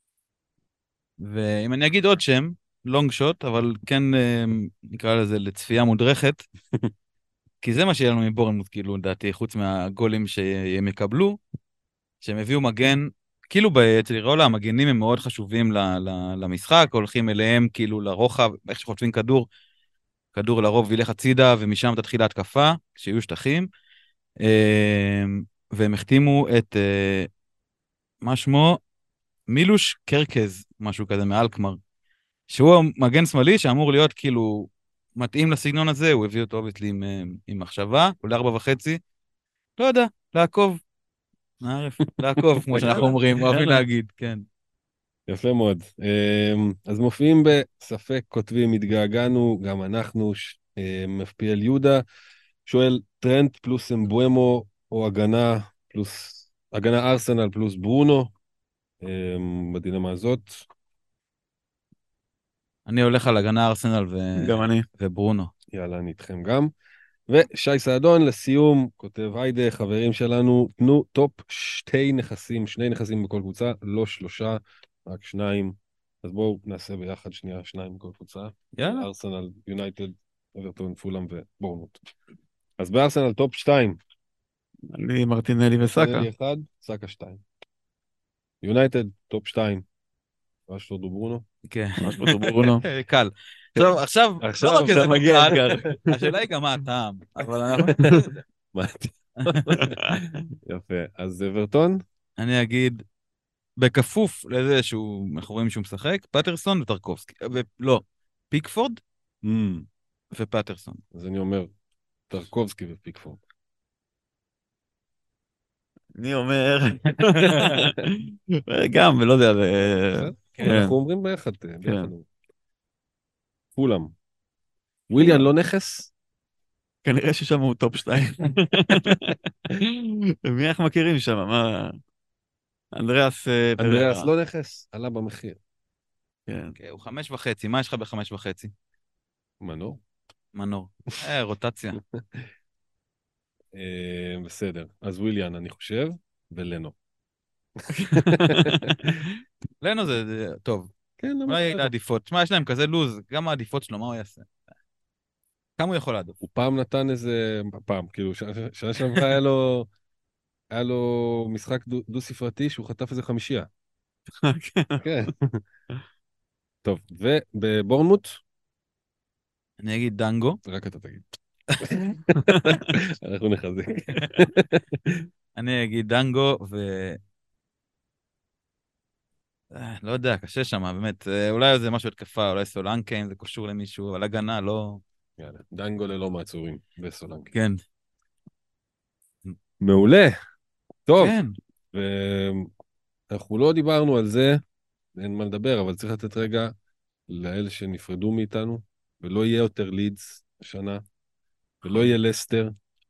ואם אני אגיד עוד שם, לונג שוט, אבל כן אה, נקרא לזה לצפייה מודרכת, כי זה מה שיהיה לנו מבורנמוט, כאילו, לדעתי, חוץ מהגולים שהם יקבלו, שהם הביאו מגן, כאילו אצל איראולה, המגנים הם מאוד חשובים ל- ל- למשחק, הולכים אליהם כאילו לרוחב, איך שחוטפים כדור, כדור לרוב ילך הצידה, ומשם תתחיל ההתקפה, כשיהיו שטחים. אה, והם החתימו את, אה, מה שמו? מילוש קרקז, משהו כזה מאלקמר, שהוא מגן שמאלי שאמור להיות כאילו מתאים לסגנון הזה, הוא הביא אותו אובייסלי עם, אה, עם מחשבה, עולה ארבע וחצי, לא יודע, לעקוב. נערף, לעקוב, כמו שאנחנו אומרים, אוהבים להגיד, כן. יפה מאוד. אז מופיעים בספק, כותבים, התגעגענו, גם אנחנו, מפפיאל יהודה, שואל טרנט פלוס אמבואמו, או הגנה פלוס, הגנה ארסנל פלוס ברונו, בדילמה הזאת. אני הולך על הגנה ארסנל ו... גם אני. וברונו. יאללה, אני איתכם גם. ושי סעדון, לסיום, כותב היידה, חברים שלנו, תנו טופ שתי נכסים, שני נכסים בכל קבוצה, לא שלושה, רק שניים. אז בואו נעשה ביחד שנייה, שניים בכל קבוצה. יאללה. ארסנל, יונייטד, אברטון, פולאם ובורנמוט. אז בארסנל טופ שתיים. אני מרטינלי וסאקה. מרטינלי אחד, סאקה שתיים. יונייטד, טופ שתיים. רשפורד וברונו. כן. רשפורד וברונו. קל. טוב, עכשיו, עכשיו לא רק איזה מגיע קל, אתגר. השאלה היא גם מה הטעם, אבל אנחנו נעשה את זה. יפה. אז אברטון? אני אגיד, בכפוף לזה שהוא, אנחנו רואים שהוא משחק, פטרסון וטרקובסקי, לא, פיקפורד Mm, ופטרסון. אז אני אומר, טרקובסקי ופיקפורד. אני אומר, גם, ולא יודע, ו- כן. אנחנו אומרים ביחד. ביחד. פולאם. וויליאן לא נכס? כנראה ששם הוא טופ שתיים. מי אנחנו מכירים שם? מה? אנדריאס אה, אנדריאס פררה. לא נכס? עלה במחיר. כן. אוקיי, הוא חמש וחצי, מה יש לך בחמש וחצי? מנור? מנור. אה, רוטציה. אה, בסדר. אז וויליאן, אני חושב, ולנו. לנו זה, זה טוב. כן, למה אולי בסדר. העדיפות. תשמע, יש להם כזה לוז, גם העדיפות שלו, מה הוא יעשה? כמה הוא יכול לעדוף? הוא פעם נתן איזה... פעם, כאילו, ש- שנה שעברה היה לו... היה לו משחק דו- דו-ספרתי שהוא חטף איזה חמישייה. כן. טוב, ובבורנמוט? אני אגיד דנגו. רק אתה תגיד. אנחנו נחזק. אני אגיד דנגו, ו... אה, לא יודע, קשה שם, באמת. אה, אולי זה משהו התקפה, אולי סולנקה, אם זה קשור למישהו, אבל הגנה, לא... יאללה, דנגו ללא מעצורים, וסולנקי. כן. מעולה. טוב, כן. ואנחנו לא דיברנו על זה, אין מה לדבר, אבל צריך לתת רגע לאלה שנפרדו מאיתנו, ולא יהיה יותר לידס השנה, ולא יהיה לסטר.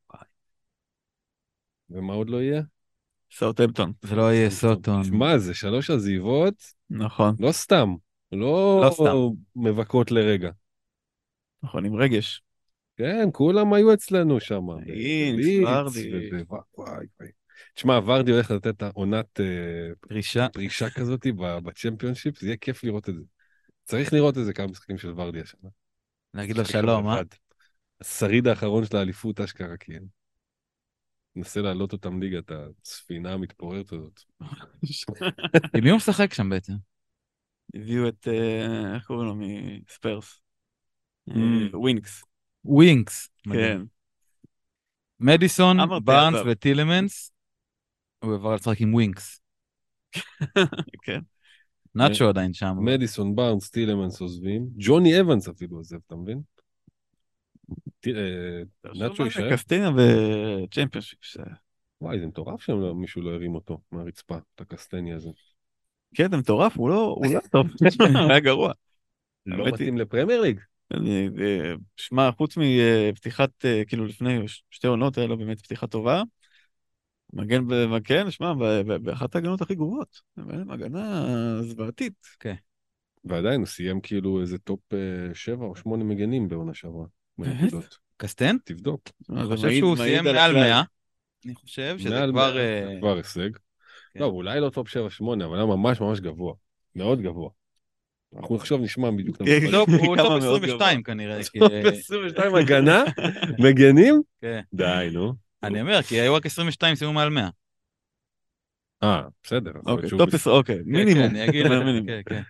ומה עוד לא יהיה? סאוטהמפטון. זה לא יהיה סוטון. שמע, זה שלוש עזיבות, נכון. לא סתם, לא, לא סתם. מבקרות לרגע. נכון, עם רגש. כן, כולם היו אצלנו שם. אינס, בליץ, ורדי. וזה, וואי, וואי. תשמע, ורדי הולך לתת עונת אה, פרישה. פרישה כזאת ב- בצ'מפיונשיפ, זה יהיה כיף לראות את זה. צריך לראות את זה כמה משחקים של ורדי השנה. להגיד לו משחק שם שלום, אה? לבד. השריד האחרון של האליפות אשכרה, כי אין. נסה להעלות אותם ליגה, את הספינה המתפוררת הזאת. עם מי הוא משחק שם בעצם? הביאו את, אה, איך קוראים לו? מספרס. Mm. אה, ווינקס. ווינקס. כן. מדיסון, אמרתי בארנס עליו. וטילמנס. הוא עבר לשחק עם ווינקס. כן. נאצ'ו עדיין שם. מדיסון, בארנס, טילמנס עוזבים. ג'וני אבנס אפילו עוזב, אתה מבין? ט- אה, נאצ'ו יישאר? קסטינה וצ'מפיונשיפ. וואי, זה מטורף שם מישהו לא הרים אותו מהרצפה, את הקסטני הזה. כן, זה מטורף, הוא לא הוא לא טוב. היה גרוע. לא האמת מתאים לפרמייר ליג. אני, אה, שמע, חוץ מפתיחת, אה, כאילו לפני ש- שתי עונות, היה לו באמת פתיחה טובה. מגן במגן, שמע, ב- ב- באחת ההגנות הכי גרועות. באמת, הגנה זוועתית. ועדיין הוא סיים כאילו איזה טופ אה, שבע או שמונה מגנים בעונה שעברה. בנקודות. קסטן? תבדוק. שמע, אני זה חושב מעיד- שהוא מעיד סיים על מעל הכלל. מאה. אני חושב שזה מעל כבר... מאה, אה, זה כבר הישג. כן. לא, אולי לא טופ שבע שמונה, אבל היה ממש ממש גבוה. מאוד גבוה. אנחנו עכשיו נשמע בדיוק את כן. המספרים. טוב, הוא כמה טופ מאוד עשרים ושתיים כנראה. כי, טופ אה, עשרים ושתיים הגנה? מגנים? כן. די, נו. אני אומר, כי היו רק עשרים ושתיים סיימו מעל מאה. אה, בסדר. יכול להיות אוקיי, שהוא טופ עשר, אוקיי, כן, מינימום. כן, אני אגיד, מינימום. כן, כן.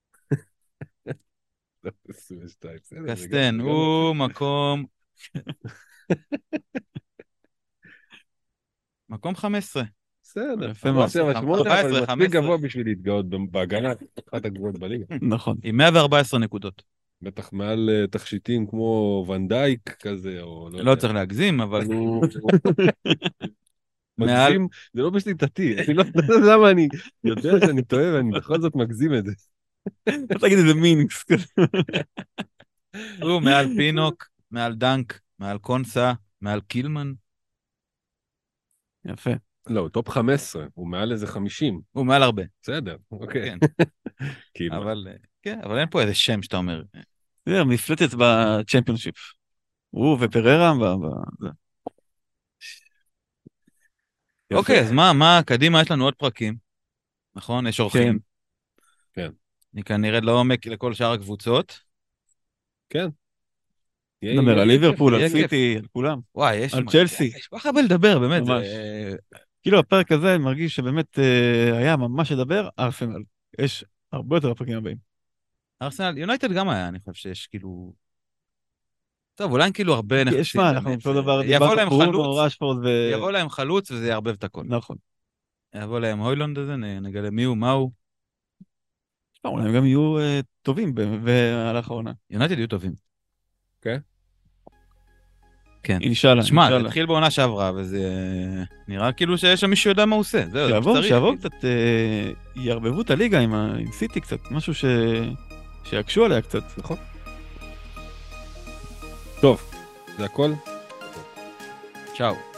טופ עשרים ושתיים, בסדר, זה גם- קסטן, זה גם הוא יפה. מקום... מקום חמש עשרה. בסדר. יפה מאוד. שבע, שמונה, ארבע עשרה, אבל מספיק חמש עשרה. גבוה בשביל להתגאות בהגנה, אחת הגבוהות בליגה. נכון. עם מאה וארבע עשרה נקודות. בטח מעל אה, תכשיטים כמו ונדייק כזה, או לא לא יודע. צריך להגזים, אבל הוא... מעל- מגזים, זה לא בשליטתי, אני לא יודע למה אני יודע שאני טועה ואני בכל זאת מגזים את זה. לא תגיד איזה מינקס. הוא מעל פינוק, מעל דנק, מעל קונסה, מעל קילמן. יפה. לא, הוא טופ חמש עשרה, הוא מעל איזה חמישים. הוא מעל הרבה. בסדר, אוקיי. כן. כאילו. אבל, אה, כן, אבל אין פה איזה שם שאתה אומר. זה מפלטת בצ'מפיונשיפ. הוא ופררה. ב- ב- זה. יפה. אוקיי, אז מה, מה, קדימה יש לנו עוד פרקים. נכון? יש אורחים. כן. אני כנראה לא עומק לכל שאר הקבוצות. כן. יהיה- נדבר יהיה על כיף, ליברפול, על יהיה כיף. סיטי, על כולם. וואי, יש... על מה- צ'לסי. יש כל כך הרבה לדבר, באמת. ממש. זה- כאילו הפרק הזה אני מרגיש שבאמת אה, היה ממש לדבר, ארסנל. יש הרבה יותר בפרקים הבאים. ארסנל, יונייטד גם היה, אני חושב שיש כאילו... טוב, אולי אין כאילו הרבה נכסים. יש מה, אנחנו באמת, אותו דבר, יבוא להם דיברנו ברונו, חלוץ, רשפורד ו... יבוא להם חלוץ וזה יערבב את הכל. נכון. יבוא להם הוילונד הזה, נ- נגלה מי הוא, מה הוא. תשמע, אולי הם גם יהיו אה, טובים ב- במהלך העונה. יונייטד יהיו טובים. כן? כן. אינשאללה, שמע, זה אינשאללה. התחיל בעונה שעברה, וזה נראה כאילו שיש שם מישהו יודע מה הוא עושה. זהו, זה מה שיבואו, שצריך. שיבואו קצת, אה, יערבבו את הליגה עם ה- עם סיטי קצת, משהו ש... שיקשו עליה קצת. נכון. טוב, זה הכל. צ'או.